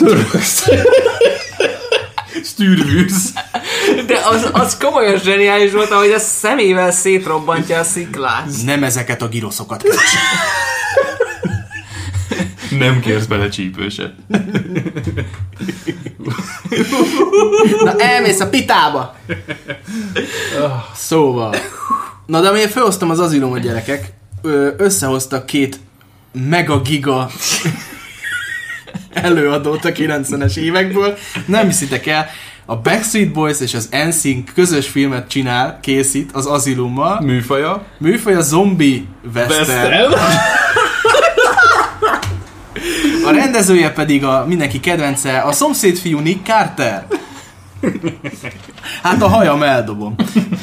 Stűrvűz. De az komolyan zseniális volt, ahogy a szemével szétrobbantja a sziklát. Nem ezeket a giroszokat keresik. Nem kérsz bele csípőset. Na elmész a pitába. Szóval. Na de amiért felhoztam az azilumot, gyerekek, összehoztak 2 megagiga előadót a 90-es évekből. Nem hiszitek el, a Backstreet Boys és az NSYNC közös filmet készít az azilummal. Műfaja zombi western. A rendezője pedig a mindenki kedvence, a szomszédfiú Nick Carter. Hát a hajam eldobom.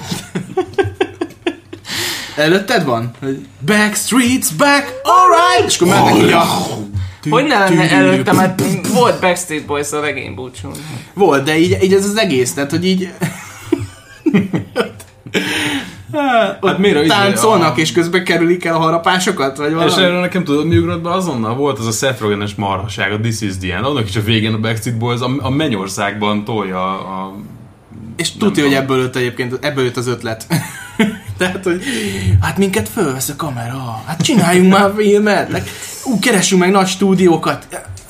Előtted van? Backstreet's back, alright! És akkor mennek így a... Hogy ne lenne előtte, mert volt Backstreet Boys a regény búcsún. Volt, de így ez az egész, tehát hogy így... Hát miért táncolnak, és közben kerülik el a harapásokat, vagy valami? És erről nekem tudod, mi ugrott be azonnal? Volt az a Seth Rogen-es marhaság, a This Is The End. Annak is a végén a Backstreet Boys a Mennyországban tolja a... És tudja, hogy ebből jött az ötlet. Tehát, hogy hát minket fölvesz a kamera, hát csináljunk már filmet, keressünk meg nagy stúdiókat.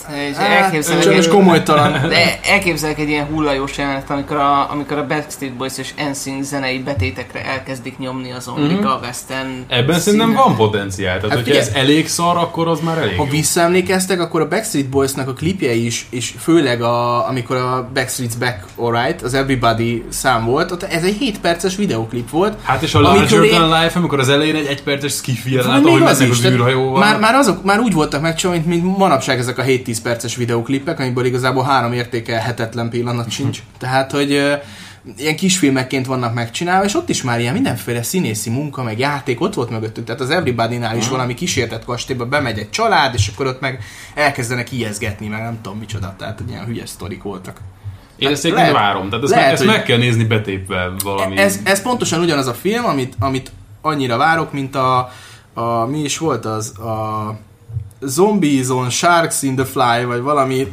Sajnos komolytalan. De elképzelek egy ilyen hullajós jelenet, amikor a Backstreet Boys és NSYNC zenei betétekre elkezdik nyomni a zombik a western. Ebben szerintem van potenciál. Tehát, hát hogyha ez elég szar, akkor az már elég. Ha visszaemlékeztek, akkor a Backstreet Boysnak a klipjei is, és főleg amikor a Backstreet's Back Alright, az Everybody szám volt, ott ez egy 7 perces videoklip volt. Hát és a Larger Than Life, amikor az elején egy 1 perces skifi jelenet, ahogy mennek az űrhajóval. Már úgy voltak meg, mint manapság ezek a 7-10 perces videóklipek, amiből igazából 3 értékelhetetlen pillanat sincs. Tehát, hogy ilyen kisfilmekként vannak megcsinálva, és ott is már ilyen mindenféle színészi munka, meg játék ott volt mögöttük. Tehát az Everybody-nál is valami kísértett kastélyba bemegy egy család, és akkor ott meg elkezdenek ijeszgetni, meg nem tudom micsoda. Tehát ilyen hülyes sztorik voltak. Én ezt egyébként várom, tehát ezt meg kell nézni betépve valami. Ez pontosan ugyanaz a film, amit annyira várok, mint mi is volt az a Zombies on Sharks in the Fly, vagy valami...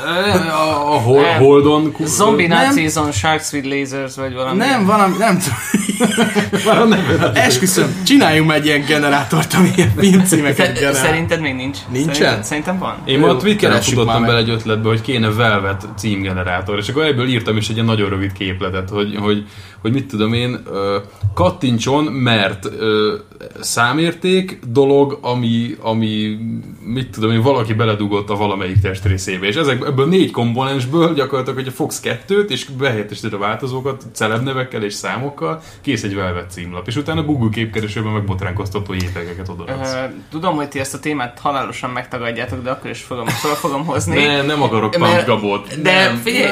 A Holdon... Zombie Nazis on Sharks with Lasers, vagy valami... Nem tudom. Esküszöm, csináljunk már egy ilyen generátort, ami ilyen filmcímeket generál. Szerinted még nincs? Nincsen? Szerintem van. Én ma a Twitteren futottam bele egy ötletbe, hogy kéne Velvet címgenerátor, és akkor ebből írtam is egy ilyen nagyon rövid képletet, hogy mit tudom én, kattintson, mert számérték dolog, ami mit tudom én, valaki beledugott a valamelyik testrészébe, és ebből 4 komponensből gyakorlatilag, hogyha fogsz 2-t, és behelyettesíted a változókat celebnevekkel és számokkal, kész egy Velvet címlap, és utána Google képkeresőben meg botránkoztató JPEG-eket odaadsz. Tudom, hogy ti ezt a témát halálosan megtagadjátok, de akkor is fel fogom hozni. Nem akarok Punk Gabót. De figyelj,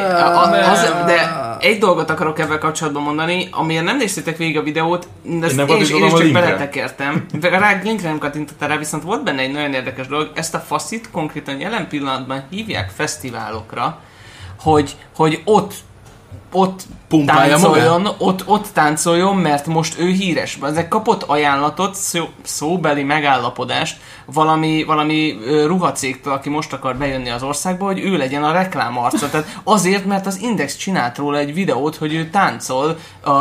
de egy dolgot akarok ebben kapcsolatban mondani, amilyen nem néztétek végig a videót, de én is csak beletekertem. Rá linkre nem kattintottál rá, viszont volt benne egy nagyon érdekes dolog. Ezt a faszit konkrétan jelen pillanatban hívják fesztiválokra, hogy ott táncoljon, ott táncoljon, mert most ő híres. Ezek kapott ajánlatot, szóbeli megállapodást valami ruhacégtől, aki most akar bejönni az országba, hogy ő legyen a reklámarca. Tehát azért, mert az Index csinált róla egy videót, hogy ő táncol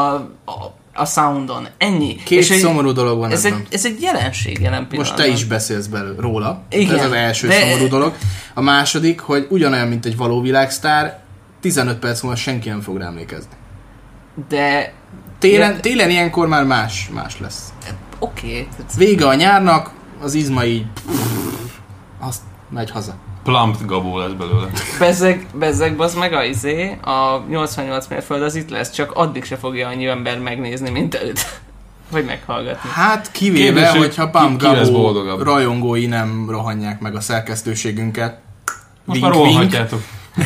a soundon. Ennyi. Két szomorú dolog van ebben. Ez egy jelenség jelen pillanatban. Most te is beszélsz róla. Igen, ez az első szomorú dolog. A második, hogy ugyanolyan, mint egy való világsztár, 15 perc múlva senki nem fog rá emlékezni. De... Télen ilyenkor már más lesz. Oké. Vége a nyárnak, az izma így... azt megy haza. Plumped Gabó lesz belőle. Bezzeg, bazd meg a 88 mérföld az itt lesz, csak addig se fogja annyi ember megnézni, mint őt. Vagy meghallgatni. Hát kivéve, kérdés, hogyha Pump ki lesz Gabó boldogabb? rajongói nem rohanják meg a szerkesztőségünket. Most már rohanhatjátok.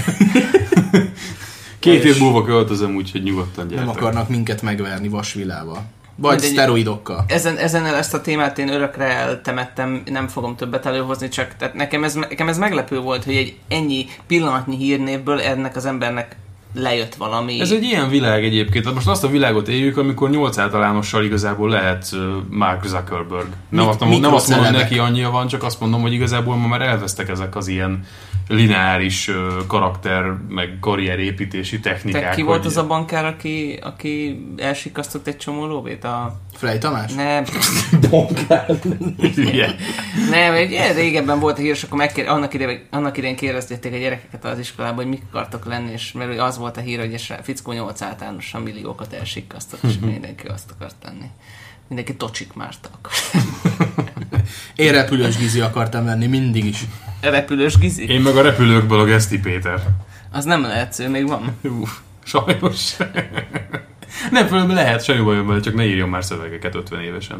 2 év múlva költözöm, úgyhogy nyugodtan gyertek. Nem akarnak minket megverni vasvillával. Vagy De szteroidokkal. Ezen ezt a témát én örökre eltemettem, nem fogom többet előhozni, csak tehát nekem ez meglepő volt, hogy egy ennyi pillanatnyi hírnévből ennek az embernek lejött valami. Ez egy ilyen világ egyébként. Most azt a világot éljük, amikor 8 általánossal igazából lehet Mark Zuckerberg. Nem azt mondom, hogy neki annyia van, csak azt mondom, hogy igazából ma már elvesztek ezek az ilyen lineáris karakter, meg karrierépítési technikák. Te ki volt az a bankár, aki elsikasztott egy csomó lóvét? Frey Tamás? Nem. Bankár. Nem, egy régebben volt a hír, és akkor annak idején kérdezték a gyerekeket az iskolában, hogy mik akartok lenni, és mert az volt a hír, hogy a fickó 8 általánosan milliókat elsikasztott, és mindenki azt akart lenni. Mindenki Tocsik Márta akart. Én repülős Gizi akartam lenni, mindig is. Repülős Gizi? Én meg a repülőkből a Geszti Péter. Az nem lehetsz, ő még van. Sajnos. Nem fölöm lehet, semmi bajom vele, csak ne írjon már szövegeket 50 évesen.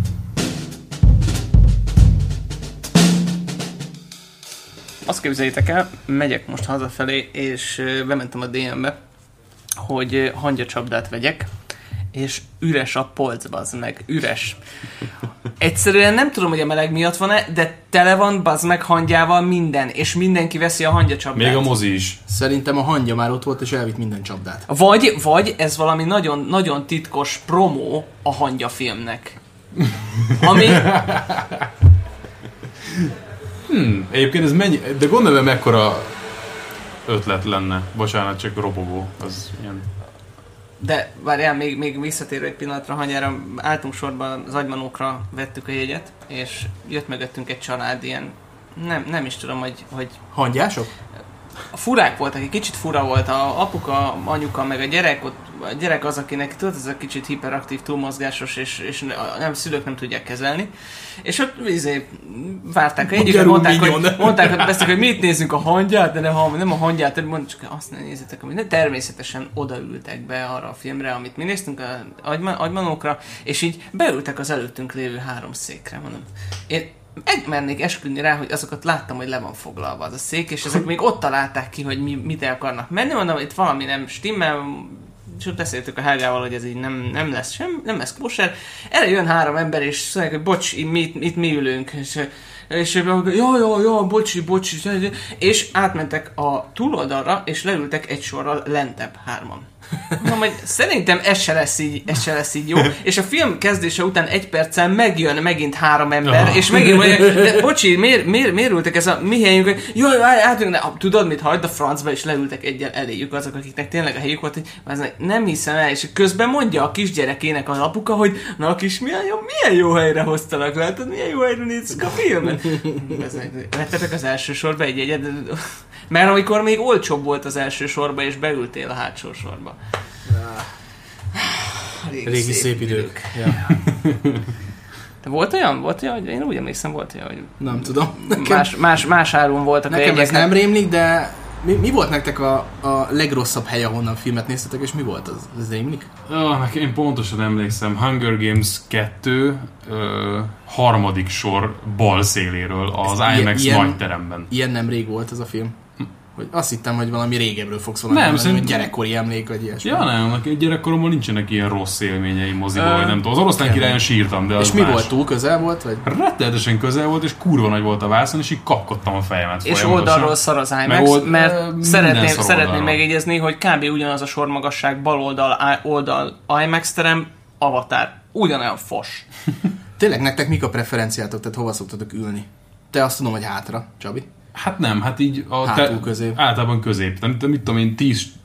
Azt képzeljétek el, megyek most hazafelé, és bementem a DM-be, hogy hangyacsapdát vegyek, és üres a polc, bazd meg, üres. Egyszerűen nem tudom, hogy a meleg miatt van-e, de tele van, bazd meg, hangyával minden, és mindenki veszi a hangyacsapdát. Még a mozi is. Szerintem a hangya már ott volt, és elvitt minden csapdát. Vagy ez valami nagyon, nagyon titkos promó a hangyafilmnek. Ami... Egyébként ez mennyi... De gondolom, hogy mekkora ötlet lenne. Bocsánat, csak robogó. Az ilyen... De várjál, még visszatérő egy pillanatra hanyára, álltunk sorban, az agymanókra vettük a jegyet, és jött mögöttünk egy család, ilyen, nem is tudom, hogy... Hangyások? Furák voltak, egy kicsit fura volt, a apuka, anyuka, meg a gyerek az, akinek tudod, ez a kicsit hiperaktív, túlmozgásos, és nem, szülők nem tudják kezelni. És ott várták a jegyüket, mondták, hogy beszéltek, hogy mit nézzünk, a hangyát, de nem a hangyát, mondjuk csak azt ne nézzétek, amit természetesen odaültek be arra a filmre, amit mi néztünk, agymanókra, és így beültek az előttünk lévő 3 székre, mondom. Én mernék esküdni rá, hogy azokat láttam, hogy le van foglalva az a szék, és ezek még ott találták ki, hogy mit el akarnak menni, mondom, itt valami nem stimmel, és ott beszéltük a Helgával, hogy ez így nem lesz kóser. Erre jön 3 ember, és szóval, hogy bocs, itt mi ülünk, és jó, bocsi, és átmentek a túloldalra, és leültek egy sorral lentebb 3-an. Mondom, hogy szerintem ez se lesz így jó. És a film kezdése után 1 perccel megjön megint 3 ember, és megint mondják, de bocsi, miért ültek ez a mi helyünk? Jaj, tudod mit, hagyd a francba, és leültek egyel eléjük azok, akiknek tényleg a helyük volt, hogy nem hiszem el, és közben mondja a kisgyerekének az apuka, hogy na kis, milyen jó helyre hoztalak, látod, milyen jó helyre nézzük a filmet. Vettetek az első sorba egy jegyet, mert amikor még olcsóbb volt az első sorba, és beültél a hátsó sorba. Régi szép idők. Ja. De volt olyan, hogy én úgy emlékszem, volt olyan, hogy nem tudom. Más áron voltak a jegyek. Nekem ez nem rémlik, de mi volt nektek a legrosszabb hely, ahonnan filmet néztetek, és mi volt az? Ez rémlik? Én pontosan emlékszem. Hunger Games 2 harmadik sor bal széléről az IMAX nagyteremben. Ilyen nem rég volt ez a film? Hogy azt hittem, hogy valami régebről fogsz valami hogy gyerekkori emlék, vagy ilyesmi. Ja nem, gyerekkoromban nincsenek ilyen rossz élményeim moziba, vagy nem tudom. Az Oroszlán királyon sírtam, de az és mi volt, túl közel volt? Vagy? Rettenetesen közel volt, és kurva nagy volt a vászon, és így kapkodtam a fejemet. És oldalról szar az IMAX, mert szeretném megjegyezni, hogy kb. Ugyanaz a sormagasság, bal oldal IMAX terem, Avatar. Ugyanolyan fos. Tényleg nektek mik a preferenciátok, tehát hova szoktatok ülni? Te azt tudom, hogy hátra, Csabi? Hát nem, hát így hátul közép. Általában közép. Nem mit tudom én,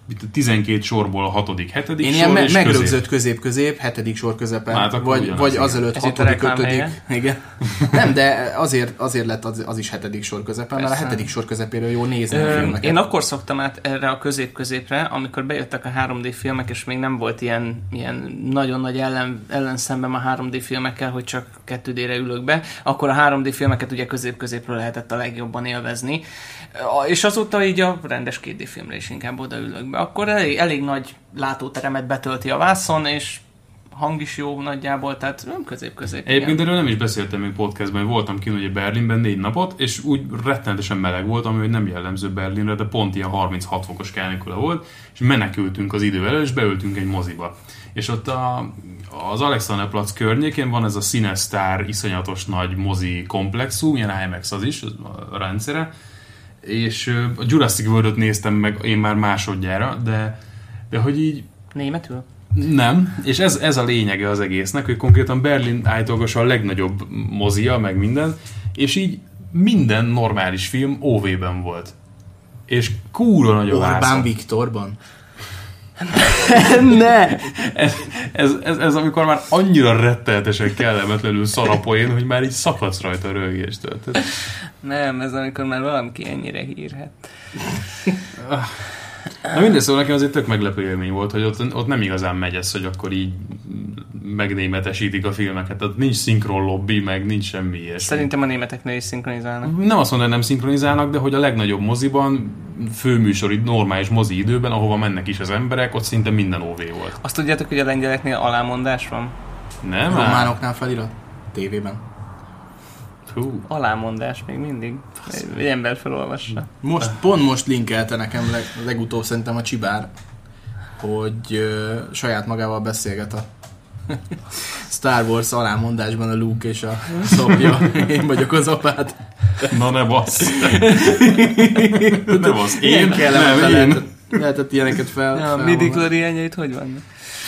itt 12 sorból a 7. sor, én ilyen és megrögzött közép, 7. sor közepen, hát vagy azelőtt 6., 5. Igen. Nem, de azért lett az is 7. sor közepen, mert a 7. sor közepéről jól nézni a filmeket. Én akkor szoktam át erre a középre, amikor bejöttek a 3D filmek, és még nem volt ilyen nagyon nagy ellenszemben a 3D filmekkel, hogy csak 2D-re ülök be, akkor a 3D filmeket ugye középről lehetett a legjobban élvezni. És azóta így a rendes 2D filmre is inkább odaülök be. Akkor elég nagy látóteremet betölti a vászon, és hang is jó nagyjából, tehát közép. Egyébként erről nem is beszéltem még podcastban, hogy voltam kint ugye Berlinben 4 napot, és úgy rettenetesen meleg volt, ami nem jellemző Berlinre, de pont ilyen 36 fokos kánikula volt, és menekültünk az idő elől, és beültünk egy moziba. És ott az Alexanderplatz környékén van ez a Cinesztár iszonyatos nagy mozi komplexum, ilyen IMAX az is, a rendszere, és a Jurassic World-ot néztem meg én már másodjára, de hogy így... Németül? Nem, és ez a lényege az egésznek, hogy konkrétan Berlin állítólag a legnagyobb mozia, meg minden, és így minden normális film OV-ben volt. És kurva nagy a vászon. Orbán Viktorban? Ne! Ez amikor már annyira rettenetesen kellemetlenül szarapoén, hogy már így szakadsz rajta a röhögéstől. Nem, ez amikor már valaki ennyire hírhet. Na mindegy, szóval nekem azért tök meglepő élmény volt, hogy ott nem igazán megy ez, hogy akkor így megnémetesítik a filmeket. Ott nincs szinkron lobby, meg nincs semmi ilyesmi. Szerintem a németeknél is szinkronizálnak. Nem azt mondom, hogy nem szinkronizálnak, de hogy a legnagyobb moziban, főműsori, normális mozi időben, ahova mennek is az emberek, ott szinte minden OV volt. Azt tudjátok, hogy a lengyeleknél alámondás van? Nem? Románoknál felirat? Tévében. Hú. Alámondás még mindig. Egy ember felolvassa. Pont most linkelte nekem legutóbb szerintem a Csibár, hogy saját magával beszélget a Star Wars alámondásban a Luke és a szapja. Én vagyok az apád. Na ne bassz. Ne bassz. Én lehetett ilyeneket fel. A midi-kloriánjait hogy vannak?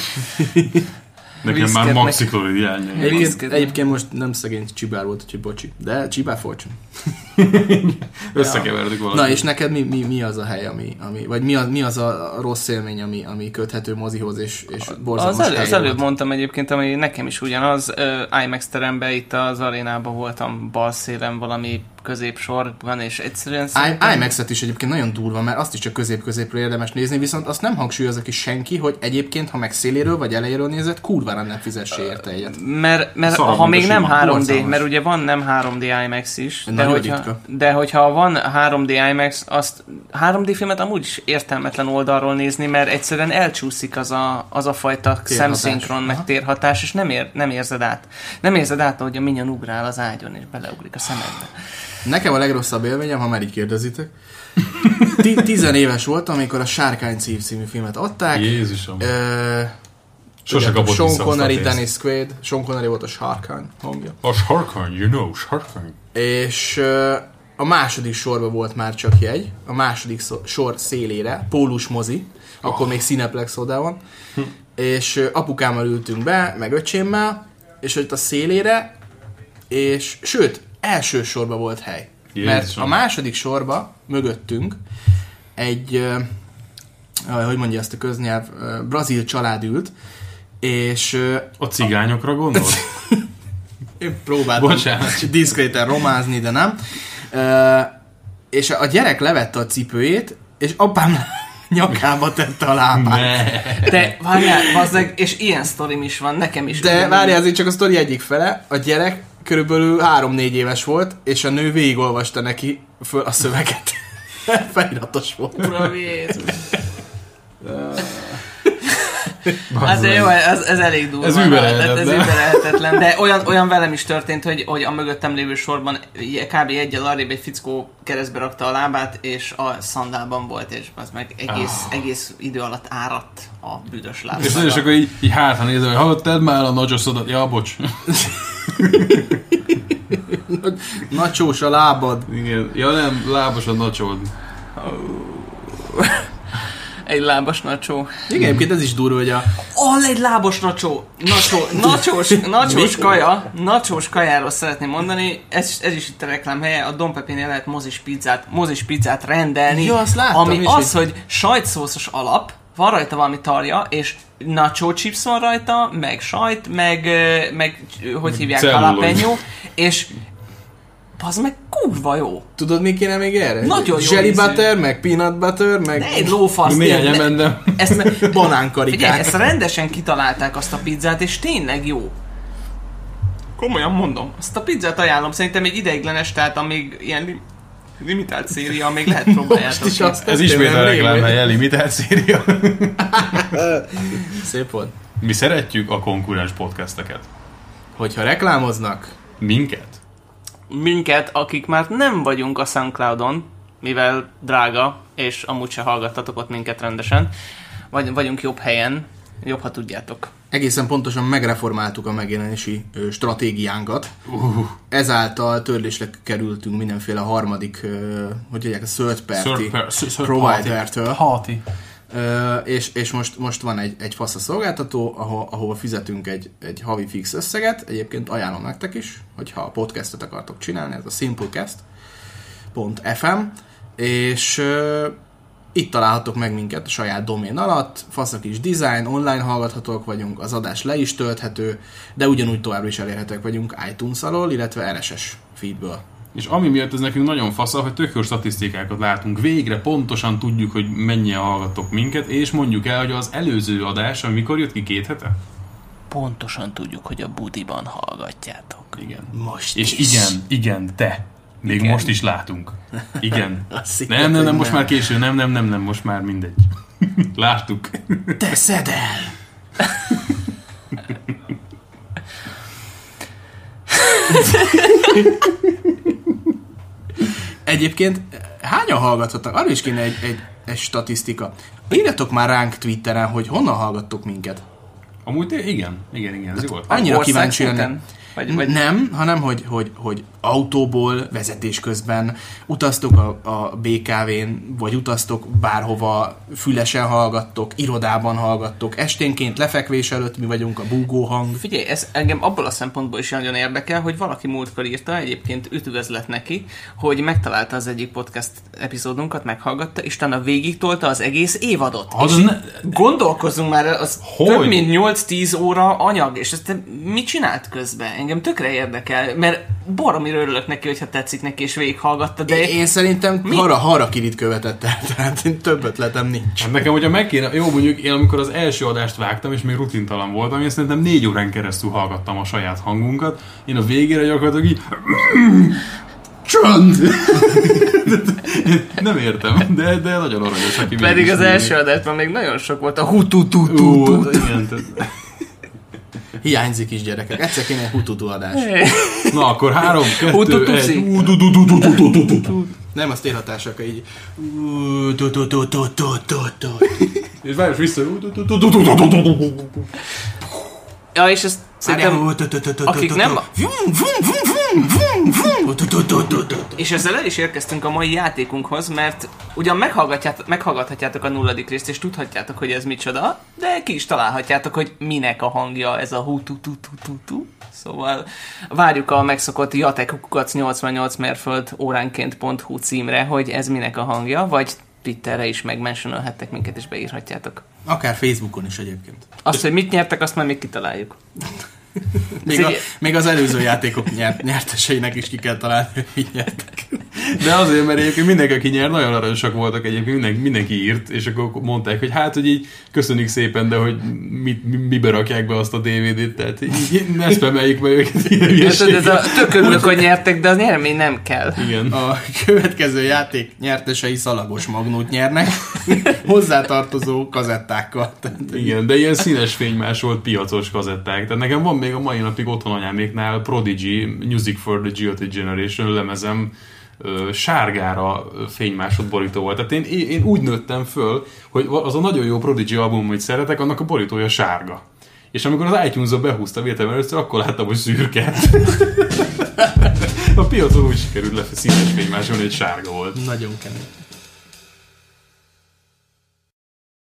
Nekem már maxi-kloriánjai. Egyébként most nem szegény Csibár volt, úgyhogy bocsi. De Csibár Fortune. Összekeverdik valamit. Na és neked mi az a hely, vagy mi az a rossz élmény, ami köthető mozihoz, és borzalmas hely az előbb mondtam egyébként, ami nekem is ugyanaz. IMAX teremben itt az arénában voltam bal szélen valami középsorban, és egyszerűen IMAX-et is egyébként nagyon durva, mert azt is csak középről érdemes nézni, viszont azt nem hangsúlyozza ki senki, hogy egyébként, ha meg széléről vagy elejéről nézed, kurvára nem fizessé érte egyet. Mert ha még nem 3D, mert ugye van nem 3D IMAX is, de hogyha van 3D IMAX, azt 3D filmet amúgy is értelmetlen oldalról nézni, mert egyszerűen elcsúszik az a fajta szemszinkron meg térhatás, és nem érzed át. Nem érzed át, hogy a minyon ugrál az ágyon, és beleugrik a szemedbe. Nekem a legrosszabb élményem, ha már így kérdezitek, 10 éves voltam, amikor a Sárkány című filmet adták. Jézusom. Sose kapott Sean Connery, Dennis Quaid. Sean Connery volt a Sárkány hangja. A Sárkány, Sárkány. És a második sorban volt már csak jegy, a második sor szélére, Pólus mozi, akkor még Cineplex oda van, és apukámmal ültünk be, meg öcsémmel, és ott a szélére, és sőt, első sorba volt hely. Mert a második sorba, mögöttünk, egy, hogy mondja ezt a köznyelv, brazil család ült, és... A cigányokra gondolsz? Én próbáltam diszkréten romázni, de nem. És a gyerek levette a cipőjét, és apám nyakába tette a lábát. De várjál, bazdeg, és ilyen sztorim is van, nekem is. De várjál, azért csak a sztori egyik fele, a gyerek körülbelül 3-4 éves volt, és a nő végigolvasta neki föl a szöveget. Feliratos volt. Uram Jézus. Hát jó, ez elég durva. Ez überelhetetlen. De olyan velem is történt, hogy a mögöttem lévő sorban kb. Egyel arrébb egy fickó keresztbe rakta a lábát, és a szandálban volt, és az meg egész idő alatt áradt a büdös láb. És akkor így hátra nézve, hogy hallottad már a nachoszodat? Ja, bocs. Nachós a lábad. Igen. Ja nem, lábos a nachod. Egy lábas nacho. Igen, egyébként ez is durva, hogy Egy lábas nacho. Nachós kajáról szeretném mondani. Ez is itt a reklám helye. A Don Pepénél lehet mozis pizzát rendelni. Ja, azt láttam ami is, az, hogy sajtszószos alap, van rajta valami tarja, és nacho chips van rajta, meg sajt, meg hogy hívják, jalapeno, és az meg kurva jó. Tudod, mi kéne még erre? Nagyon jó Jelly ízű. butter, meg peanut butter, meg... Egy lófasz. Milyen emendem. Banánkarikák. Figyelj, ezt rendesen kitalálták azt a pizzát, és tényleg jó. Komolyan mondom. Azt a pizzát ajánlom. Szerintem egy ideiglenes, tehát amíg ilyen limitált széria, még lehet próbáljátok. Most is azt Ez ismét a reklámhelye, limitált széria. Szép volt. Mi szeretjük a konkurens podcasteket. Hogyha reklámoznak... Minket, akik már nem vagyunk a SoundCloudon, mivel drága, és amúgy se hallgattatok ott minket rendesen, vagyunk jobb helyen, jobb, ha tudjátok. Egészen pontosan megreformáltuk a megjelenési stratégiánkat. Ezáltal törlésre kerültünk mindenféle harmadik, hogy mondják, a third party provider-től. És most van egy fasz a szolgáltató, ahova fizetünk egy havi fix összeget. Egyébként ajánlom nektek is, hogyha a podcastot akartok csinálni, ez a simplecast.fm, és itt találhatok meg minket a saját domén alatt, fasz a kis design, online hallgathatók vagyunk, az adás le is tölthető, de ugyanúgy továbbra is elérhetőek vagyunk iTunes alól, illetve RSS feedből. És ami miatt ez nekünk nagyon fasza, hogy tök jó statisztikákat látunk. Végre pontosan tudjuk, hogy mennyien hallgattok minket, és mondjuk el, hogy az előző adás, amikor jött ki 2 hete? Pontosan tudjuk, hogy a budiban hallgatjátok. Igen. Most és is. igen, te. Még Igen. most is látunk. Igen. Azt hittem, Nem, hogy most már késő. Nem, most már mindegy. Láttuk. Teszed el! Egyébként hányan hallgathatnak? Arra is kéne egy statisztika. Írjatok már ránk Twitteren, hogy honnan hallgattok minket. Amúgy igen, ez jó volt. Annyira Ország kíváncsi szinten? lenni. Vagy Nem, hanem hogy autóból, vezetés közben utaztok a BKV-n, vagy utaztok bárhova, fülesen hallgattok, irodában hallgattok, esténként lefekvés előtt mi vagyunk a búgó hang. Figyelj, ez engem abból a szempontból is nagyon érdekel, hogy valaki múltkor írta, egyébként üdvözlet neki, hogy megtalálta az egyik podcast epizódunkat, meghallgatta, és utána végig tolta az egész évadot. Az És ne- gondolkozzunk már, az Hogy? több mint 8-10 óra anyag, és ezt te mit csinált közben? Engem tökre érdekel, mert baromira örülök neki, hogyha tetszik neki, és végighallgatta, de... Én szerintem Harakirit követett el, tehát én több ötletem nincs. Hát nekem, hogyha meg kéne, jó mondjuk én amikor az első adást vágtam, és még rutintalan voltam, én szerintem 4 órán keresztül hallgattam a saját hangunkat, én a végére gyakorlatilag így... Csönd! Nem értem, de nagyon aranyos, aki Pedig az első adásban még nagyon sok volt a hu-tu-tu-tu-tu. Igen, Hiányzik is, gyerekek. Egyszer kéne egy hututu adás. na akkor 3, 2, Hututuszi. 1. Nem, az térhatásak így. És várj, vissza. Ja, és ezt szerintem, akik nem... És ezzel el is érkeztünk a mai játékunkhoz, mert ugyan meghallgathatjátok a 0. részt, és tudhatjátok, hogy ez micsoda, de ki is találhatjátok, hogy minek a hangja ez a hu-tu-tu-tu-tu-tu. Szóval várjuk a megszokott Jatek 88 mérföld óránként.hu címre, hogy ez minek a hangja, vagy Twitterre is megmentionolhettek minket, és beírhatjátok. Akár Facebookon is egyébként. Azt, hogy mit nyertek, azt már még kitaláljuk. Még az előző játékok nyerteseinek is ki kell találni, hogy mit nyertek. De azért, mert egyébként mindenki, aki nyer, nagyon aranyosak voltak egyébként, mindenki írt, és akkor mondták, hogy hát, hogy így köszönjük szépen, de hogy mibe rakják be azt a DVD-t, tehát így ne spameljük be őket ilyen hülyeséggel. Ez a tök örülök, hogy nyertek, de az nyermény nem kell. Igen. A következő játék nyertesei szalagos magnót nyernek, hozzátartozó kazettákkal. Igen, de ilyen színes fénymásolt piacos kazetták. Tehát nekem van még a mai napig otthon anyáméknál Prodigy, Music for the Geotic Generation lemezem, sárgára fénymásolt borító volt. Tehát én úgy nőttem föl, hogy az a nagyon jó Prodigy album, amit szeretek, annak a borítója sárga. És amikor az iTunes-ba behúztam értem először, akkor láttam, hogy szürke. A piacon úgy sikerült színes fénymásolni, hogy sárga volt. Nagyon kemény.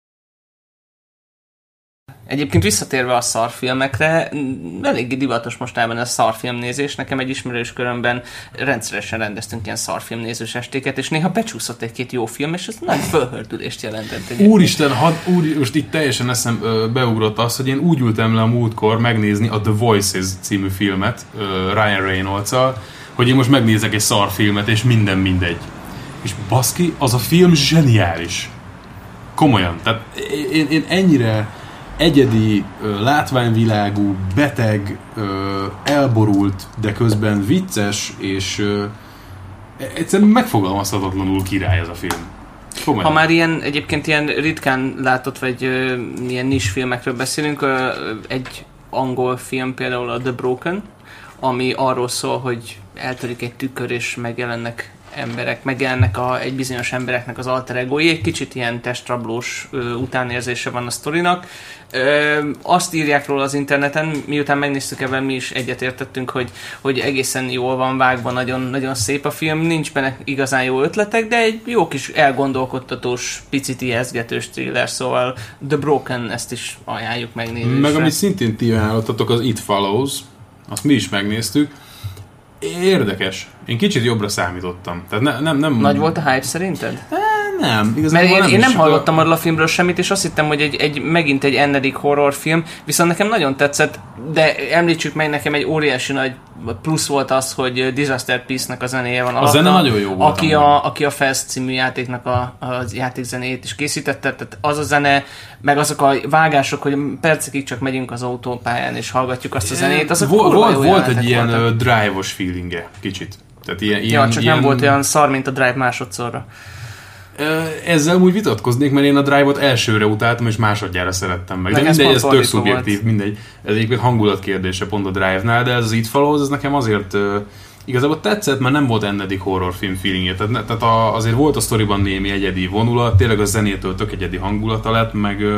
Egyébként visszatérve a szarfilmekre, eléggé divatos mostában a szarfilmnézés. Nekem egy ismerős körömben rendszeresen rendeztünk ilyen szarfilmnézős estéket, és néha becsúszott egy-két jó film, és ez nagy fölhördülést jelentett. Úristen, most itt teljesen eszem beugrott az, hogy én úgy ültem le a múltkor megnézni a The Voices című filmet Ryan Reynolds-al, hogy én most megnézek egy szarfilmet, és minden mindegy. És baszki, az a film zseniális. Komolyan. Tehát én ennyire egyedi, látványvilágú, beteg, elborult, de közben vicces, és egyszerűen megfogalmazhatatlanul király ez a film. Komolyan. Ha már egyébként ilyen ritkán látott, vagy ilyen niche filmekről beszélünk, egy angol film például a The Broken, ami arról szól, hogy eltörik egy tükör, és megjelennek egy bizonyos embereknek az alter egói. Egy kicsit ilyen testrablós utánérzése van a sztorinak. Azt írják róla az interneten, miután megnéztük ebben, mi is egyetértettünk, hogy egészen jól van vágva, nagyon, nagyon szép a film, nincs benne igazán jó ötletek, de egy jó kis elgondolkodtatós, picit ijesztgetős thriller, szóval The Broken, ezt is ajánljuk megnézni. Meg amit szintén ti ajánlottatok, az It Follows, azt mi is megnéztük. Érdekes. Én kicsit jobbra számítottam. Tehát nem... Nagy volt a hype szerinted? Nem. Mert én nem hallottam arról a filmről semmit, és azt hittem, hogy megint egy ennedik horrorfilm, viszont nekem nagyon tetszett, de említsük meg, nekem egy óriási nagy plusz volt az, hogy Disaster Peace-nek a zenéje van alatta. A zene nagyon jó volt. Aki a Fest című játéknak a játékzenéjét is készítette, tehát az a zene, meg azok a vágások, hogy percekig csak megyünk az autópályán és hallgatjuk azt a zenét, azok volt egy ilyen drive-os feelingje, kicsit. Tehát csak nem volt olyan szar, mint a Drive másodszorra. Ezzel úgy vitatkoznék, mert én a Drive-ot elsőre utáltam, és másodjára szerettem meg. De mindegy, ez tök szubjektív, mindegy. Ez egyébként hangulat kérdése pont a Drive-nál, de ez az It Follows, ez nekem azért igazából tetszett, mert nem volt ennedik horrorfilm feelingje. Tehát azért volt a sztoriban némi egyedi vonulat, tényleg a zenétől tök egyedi hangulata lett,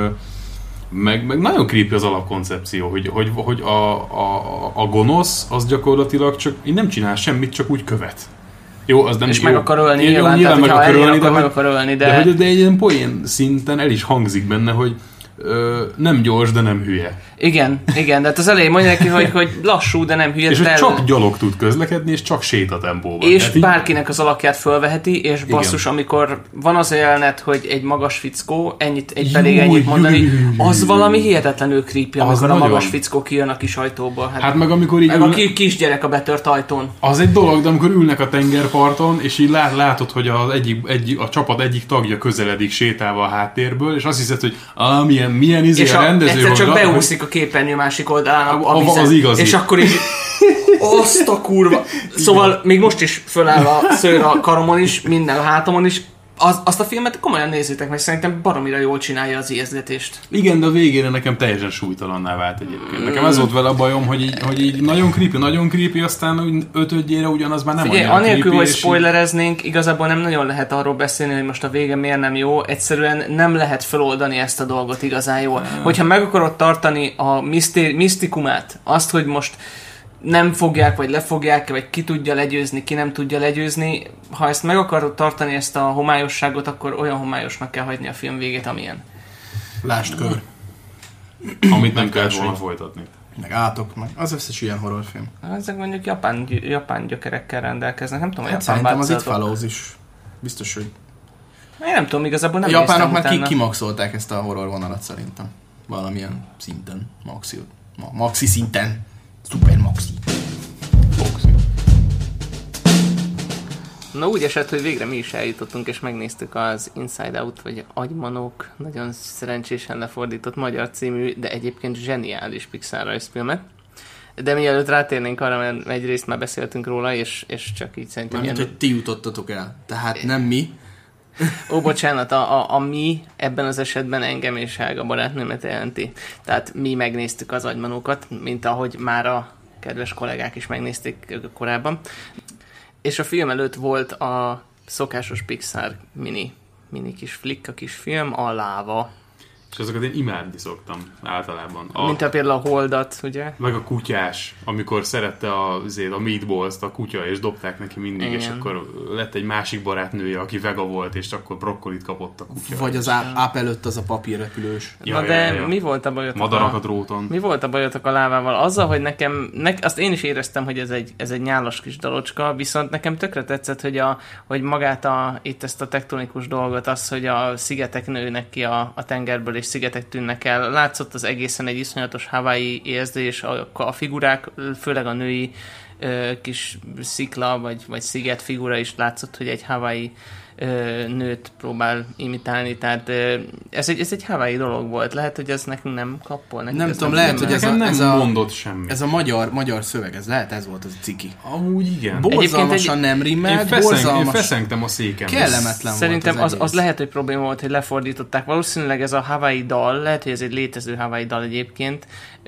meg nagyon creepy az alapkoncepció, hogy a gonosz az gyakorlatilag csak nem csinál semmit, csak úgy követ. Jó, az nem és jó. meg akar ölni, nyilván meg akar ölni, de meg akar ölni, de egy ilyen poén szinten el is hangzik benne, hogy nem gyors, de nem hülye. Igen, de hát az elején mondja neki, hogy lassú, de nem hülye. És hogy csak gyalog tud közlekedni, és csak sétatempóban. És bárkinek az alakját fölveheti, és basszus, amikor van az a jelenet, hogy egy magas fickó, elég ennyit mondani, az valami hihetetlenül creepy, amikor a magas fickó kijön a kis ajtóból. Hát meg amikor így a kisgyerek a betört ajtón. Az egy dolog, de amikor ülnek a tengerparton, és így látod, hogy a csapat egyik tagja közeledik sétálva a háttérből, és azt hiszed, hogy milyen izé a rendező. És csak beúszik a képernyő másik oldalán a vizen. Az igazi. És akkor így azt a kurva. Szóval még most is föláll a szőr a karomon is, minden a hátamon is. Azt a filmet komolyan nézzétek meg, szerintem baromira jól csinálja az ijesztgetést. Igen, de a végére nekem teljesen súlytalanná vált egyébként. Nekem ez volt vele a bajom, hogy így nagyon creepy, aztán ötödjére ugyanaz már nem olyan anélkül, creepy. hogy spoilereznénk, igazából nem nagyon lehet arról beszélni, hogy most a vége miért nem jó. Egyszerűen nem lehet feloldani ezt a dolgot igazán jól. Hogyha meg akarod tartani a misztikumát, azt, hogy most nem fogják, vagy lefogják, vagy ki tudja legyőzni, ki nem tudja legyőzni. Ha ezt meg akarod tartani, ezt a homályosságot, akkor olyan homályosnak kell hagyni a film végét, amilyen. Lásd Kör. Amit nem kellett volna folytatni. Meg Átok, meg az összes ilyen horrorfilm. Ezek mondjuk japán gyökerekkel rendelkeznek. Nem tudom, hát szerintem az It Follows is. Biztos, hogy... Én nem tudom, igazából nem a japánok már kimaxolták ezt a horror vonalat szerintem. Valamilyen szinten. Maxi szinten. Szuper maxi. Na úgy esett, hogy végre mi is eljutottunk, és megnéztük az Inside Out, vagy Agymanók, nagyon szerencsésen lefordított magyar című, de egyébként zseniális Pixar rajzfilmet. De mielőtt rátérnénk arra, mert egyrészt már beszéltünk róla, és csak így szerintem... Mármint, hogy ti jutottatok el. Tehát nem mi. Ó, bocsánat, a mi ebben az esetben engem és Helga barátnőmet jelenti. Tehát mi megnéztük az Agymanókat, mint ahogy már a kedves kollégák is megnézték korábban. És a film előtt volt a szokásos Pixar mini kis flick, a kis film, a Láva. És azokat én imádni szoktam általában. Mint például a Holdat, ugye? Meg a kutyás, amikor szerette a meatballs-t a kutya, és dobták neki mindig, igen. És akkor lett egy másik barátnője, aki vega volt, és akkor brokkolit kapott a kutya. Vagy az áp előtt az a papírrepülős. Mi volt a bajotok? Madarak a dróton. Mi volt a bajotok a lávával? Azzal, hogy azt én is éreztem, hogy ez egy nyálas kis dalocska, viszont nekem tökre tetszett, hogy magát itt ezt a tektonikus dolgot, az, hogy a szigetek nőnek ki a tengerből, és szigetek tűnnek el. Látszott az egészen egy iszonyatos Hawaii érzés, a figurák, főleg a női kis szikla, vagy sziget figura is látszott, hogy egy Hawaii nőt próbál imitálni, tehát ez egy Hawaii dolog volt. Lehet, hogy ez nekünk nem kappol. Nem tudom, lehet, hogy ez mondott semmi. Ez a magyar szöveg, ez volt az ciki. Amúgy igen. Borzalmasan nem rimmelt, én feszengtem a székem. Kellemetlen szerintem volt az lehet, hogy probléma volt, hogy lefordították. Valószínűleg ez a Hawaii dal, lehet, hogy ez egy létező Hawaii dal egyébként.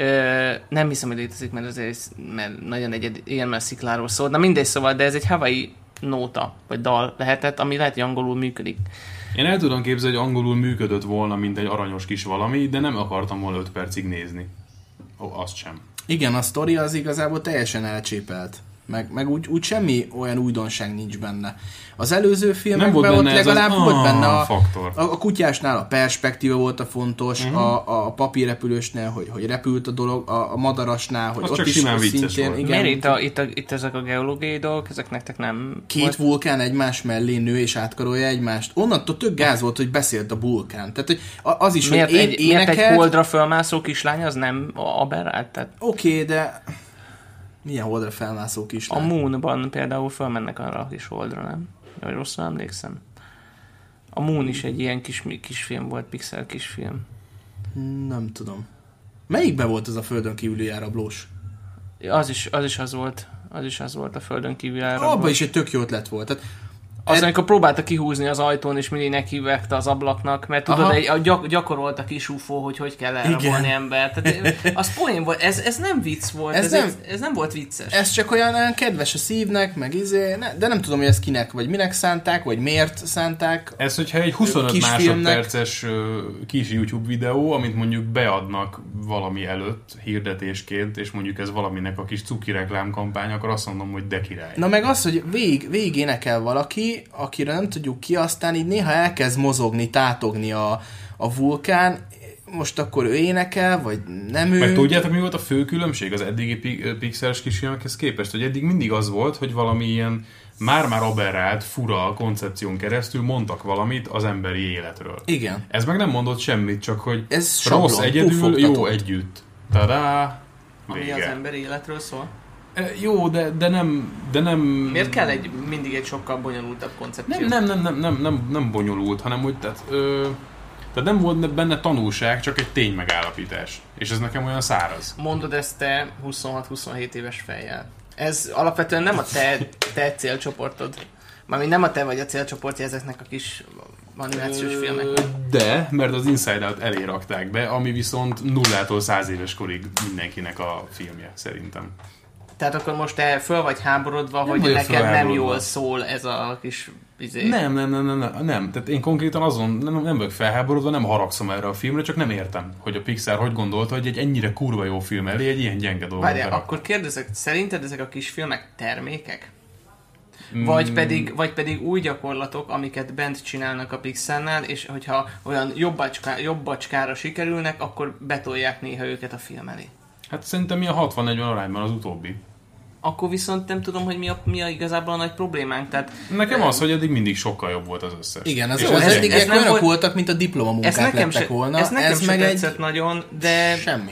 Nem hiszem, hogy létezik, mert nagyon ilyen szikláról szól. Na mindegy, szóval, de ez egy Hawaii nóta, vagy dal lehetett, ami lehet, hogy angolul működik. Én el tudom képzelni, hogy angolul működött volna, mint egy aranyos kis valami, de nem akartam volna 5 percig nézni. Azt sem. Igen, a sztori az igazából teljesen elcsépelt. Meg úgy semmi olyan újdonság nincs benne. Az előző filmekben ott legalább volt benne a kutyásnál a perspektíva volt a fontos, a papírrepülősnél, hogy repült a dolog, a madarasnál, hogy az ott csak is szintén... Igen, miért itt ezek a geológiai dolgok, ezek nektek nem... Két vulkán egymás mellé nő és átkarolja egymást. Onnantól tök gáz volt, hogy beszélt a vulkán. Tehát, hogy az is, miért hogy énekelt... Miért egy holdra fölmászó kislány, az nem aberrált? Tehát... Oké, de... Milyen holdra felmászó kislány? A Moonban például fölmennek arra a kis holdra, nem? Vagy rosszul emlékszem. A Moon is egy ilyen kisfilm volt, pixel kisfilm. Nem tudom. Melyikben volt ez a földön kívüli árablós? Az is az volt. Az is az volt a földön kívüli árablós. Abban is egy tök jó ötlet volt. Tehát amikor próbálta kihúzni az ajtón, és mindig nekivágta az ablaknak, mert tudod, gyakorolt a kis UFO, hogy kell elrabolni embert. Tehát az poén volt, ez nem vicc volt, ez nem volt vicces. Ez csak olyan kedves a szívnek, meg de nem tudom, hogy ez kinek, vagy minek szánták, vagy miért szánták. Ez, hogyha egy 25 másodperces kis YouTube videó, amit mondjuk beadnak valami előtt hirdetésként, és mondjuk ez valaminek a kis cuki reklámkampány, akkor azt mondom, hogy de király. Na meg az, hogy végig énekel valaki, akire nem tudjuk ki, aztán így néha elkezd mozogni, tátogni a vulkán, most akkor ő énekel, vagy nem ő. Meg tudjátok, mi volt a fő különbség az eddigi pixeles kisfilmekhez képest? Hogy eddig mindig az volt, hogy valami ilyen már aberrált, fura koncepción keresztül mondtak valamit az emberi életről. Igen. Ez meg nem mondott semmit, csak hogy ez rossz sablon, egyedül, jó együtt. Tadá! Ami az emberi életről szól? Jó, de nem... Miért kell mindig egy sokkal bonyolultabb koncepció? Nem bonyolult, hanem hogy tehát nem volt benne tanulság, csak egy tény megállapítás. És ez nekem olyan száraz. Mondod ezt te 26-27 éves fejjel. Ez alapvetően nem a te célcsoportod. Mármint nem a te vagy a célcsoportja ezeknek a kis animációs filmeknek. De, mert az Inside Out elé rakták be, ami viszont 0-tól 100 éves korig mindenkinek a filmje, szerintem. Tehát akkor most te föl vagy háborodva, hogy neked nem jól szól ez a kis izé. Nem. Tehát én konkrétan azon nem vagyok felháborodva, nem haragszom erre a filmre, csak nem értem, hogy a Pixar hogy gondolta, hogy egy ennyire kurva jó film elé egy ilyen gyenge dolgot. Várjál, akkor kérdezek, szerinted ezek a kis filmek termékek? Vagy pedig új gyakorlatok, amiket bent csinálnak a Pixarnál, és hogyha olyan jobbacskára sikerülnek, akkor betolják néha őket a film elé. Hát szerintem mi a 60-40 arányban az utóbbi. Akkor viszont nem tudom, hogy mi a igazából a nagy problémánk. Tehát, nekem az, hogy eddig mindig sokkal jobb volt az összes. Igen, az eddigiek olyanok voltak, mint a diplomamunkák lettek volna. Ez nekem sem tetszett nagyon, de... Semmi.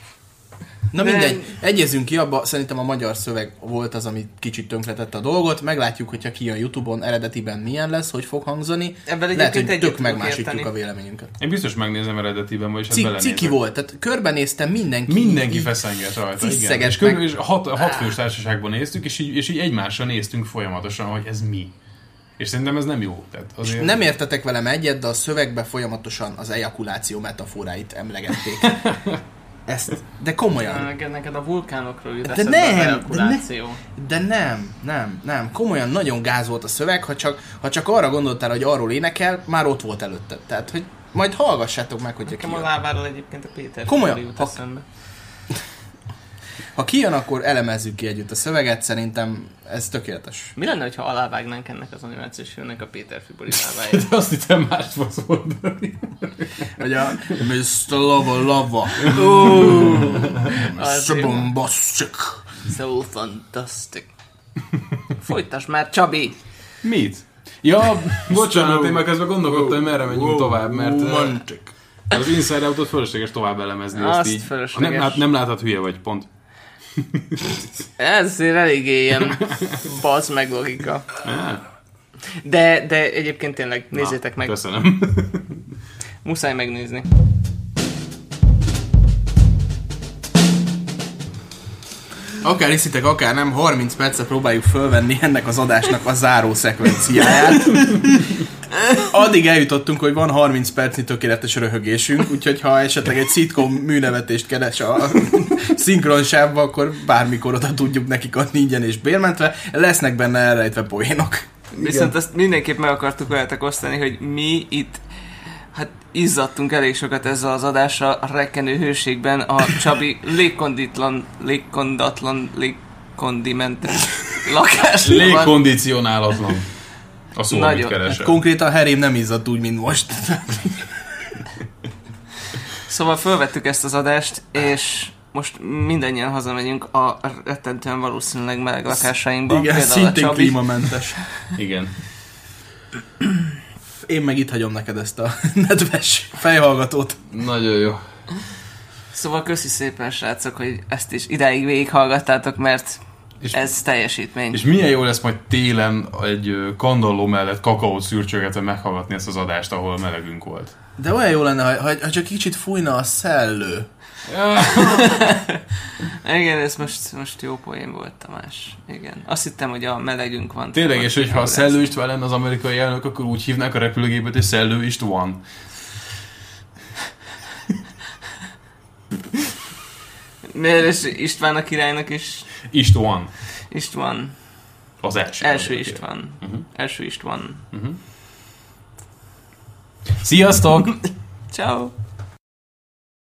Na mindegy, egyezünk ki abba, szerintem a magyar szöveg volt az, ami kicsit tönkretette a dolgot, meglátjuk, hogyha ki a YouTube-on eredetiben milyen lesz, hogy fog hangzani. Lehet, hogy tök megmásítjuk a véleményünket. Én biztos megnézem eredetiben, vagyis hát belenézek. Ciki volt, tehát körbenéztem mindenki feszenget rajta, igen. És hat fős társaságban néztük, és így egymással néztünk folyamatosan, hogy ez mi. És szerintem ez nem jó. Tehát azért... Nem értetek velem egyet, de a szövegben folyamatosan az ejakuláció metaforáit emlegették. De komolyan. Neked a vulkánokról jut eszedbe az ejakuláció. De nem. Komolyan nagyon gáz volt a szöveg, ha csak arra gondoltál, hogy arról énekel, már ott volt előtte. Tehát, hogy majd hallgassátok meg, hogy Nekem a láváról egyébként a Péter komolyan jut eszembe. Ha kijön, akkor elemezzük ki együtt a szöveget, szerintem ez tökéletes. Mi lenne, ha alávágnánk ennek az animációs filmnek a Péter Fibori láváját? Azt hittem mást fogsz mondani. Vagy a Mr. Lava. Mr. Bombastic. So fantastic. Folytasd már, Csabi! Mit? Ja, bocsánat, én már közben gondolkodtam, hogy merre menjünk tovább, mert az Inside Out-ot fölösleges tovább elemezni. Azt így. fölösleges. Nem láthat, hülye vagy, pont. Ez azért eléggé ilyen bazd meg logika. De egyébként tényleg, nézzétek meg. Köszönöm. Muszáj megnézni. Akár hiszitek, akár nem, 30 percre próbáljuk fölvenni ennek az adásnak a záró szekvenciáját. Addig eljutottunk, hogy van 30 percnyi tökéletes röhögésünk, úgyhogy ha esetleg egy szitcom műnevetést keres a szinkronsávba, akkor bármikor oda tudjuk nekik adni ingyen és bérmentve. Lesznek benne elrejtve poénok. Viszont azt mindenképp meg akartuk veletek osztani, hogy mi itt izzadtunk elég sokat ezzel az adással a rekkenő hőségben a Csabi légkondimentes lakásban. Légkondicionálatlan. A szó, amit Nagyon. keresel. Konkrétan Harrym nem izzadt úgy, mint most. Szóval felvettük ezt az adást, és most mindannyian hazamegyünk a rettentően valószínűleg meleg lakásainkba. Igen, szintén klímamentes. Igen. Én meg itt hagyom neked ezt a nedves fejhallgatót. Nagyon jó. Szóval köszi szépen, srácok, hogy ezt is idáig végighallgattátok, mert És, ez teljesítmény. és milyen jó lesz majd télen egy kandalló mellett kakaót szürcsögetve meghallgatni ezt az adást, ahol melegünk volt. De olyan jó lenne, ha csak kicsit fújna a szellő. Igen, ez most jó poén volt, Tamás. Igen. Azt hittem, hogy a melegünk van. Tényleg, és hogyha a Szellő István lenne az amerikai elnök, akkor úgy hívnák a repülőgépet, hogy Szellő István. Miért István a királynak is? István. István. Az első. Első István. Első István. Sziasztok! Ciao.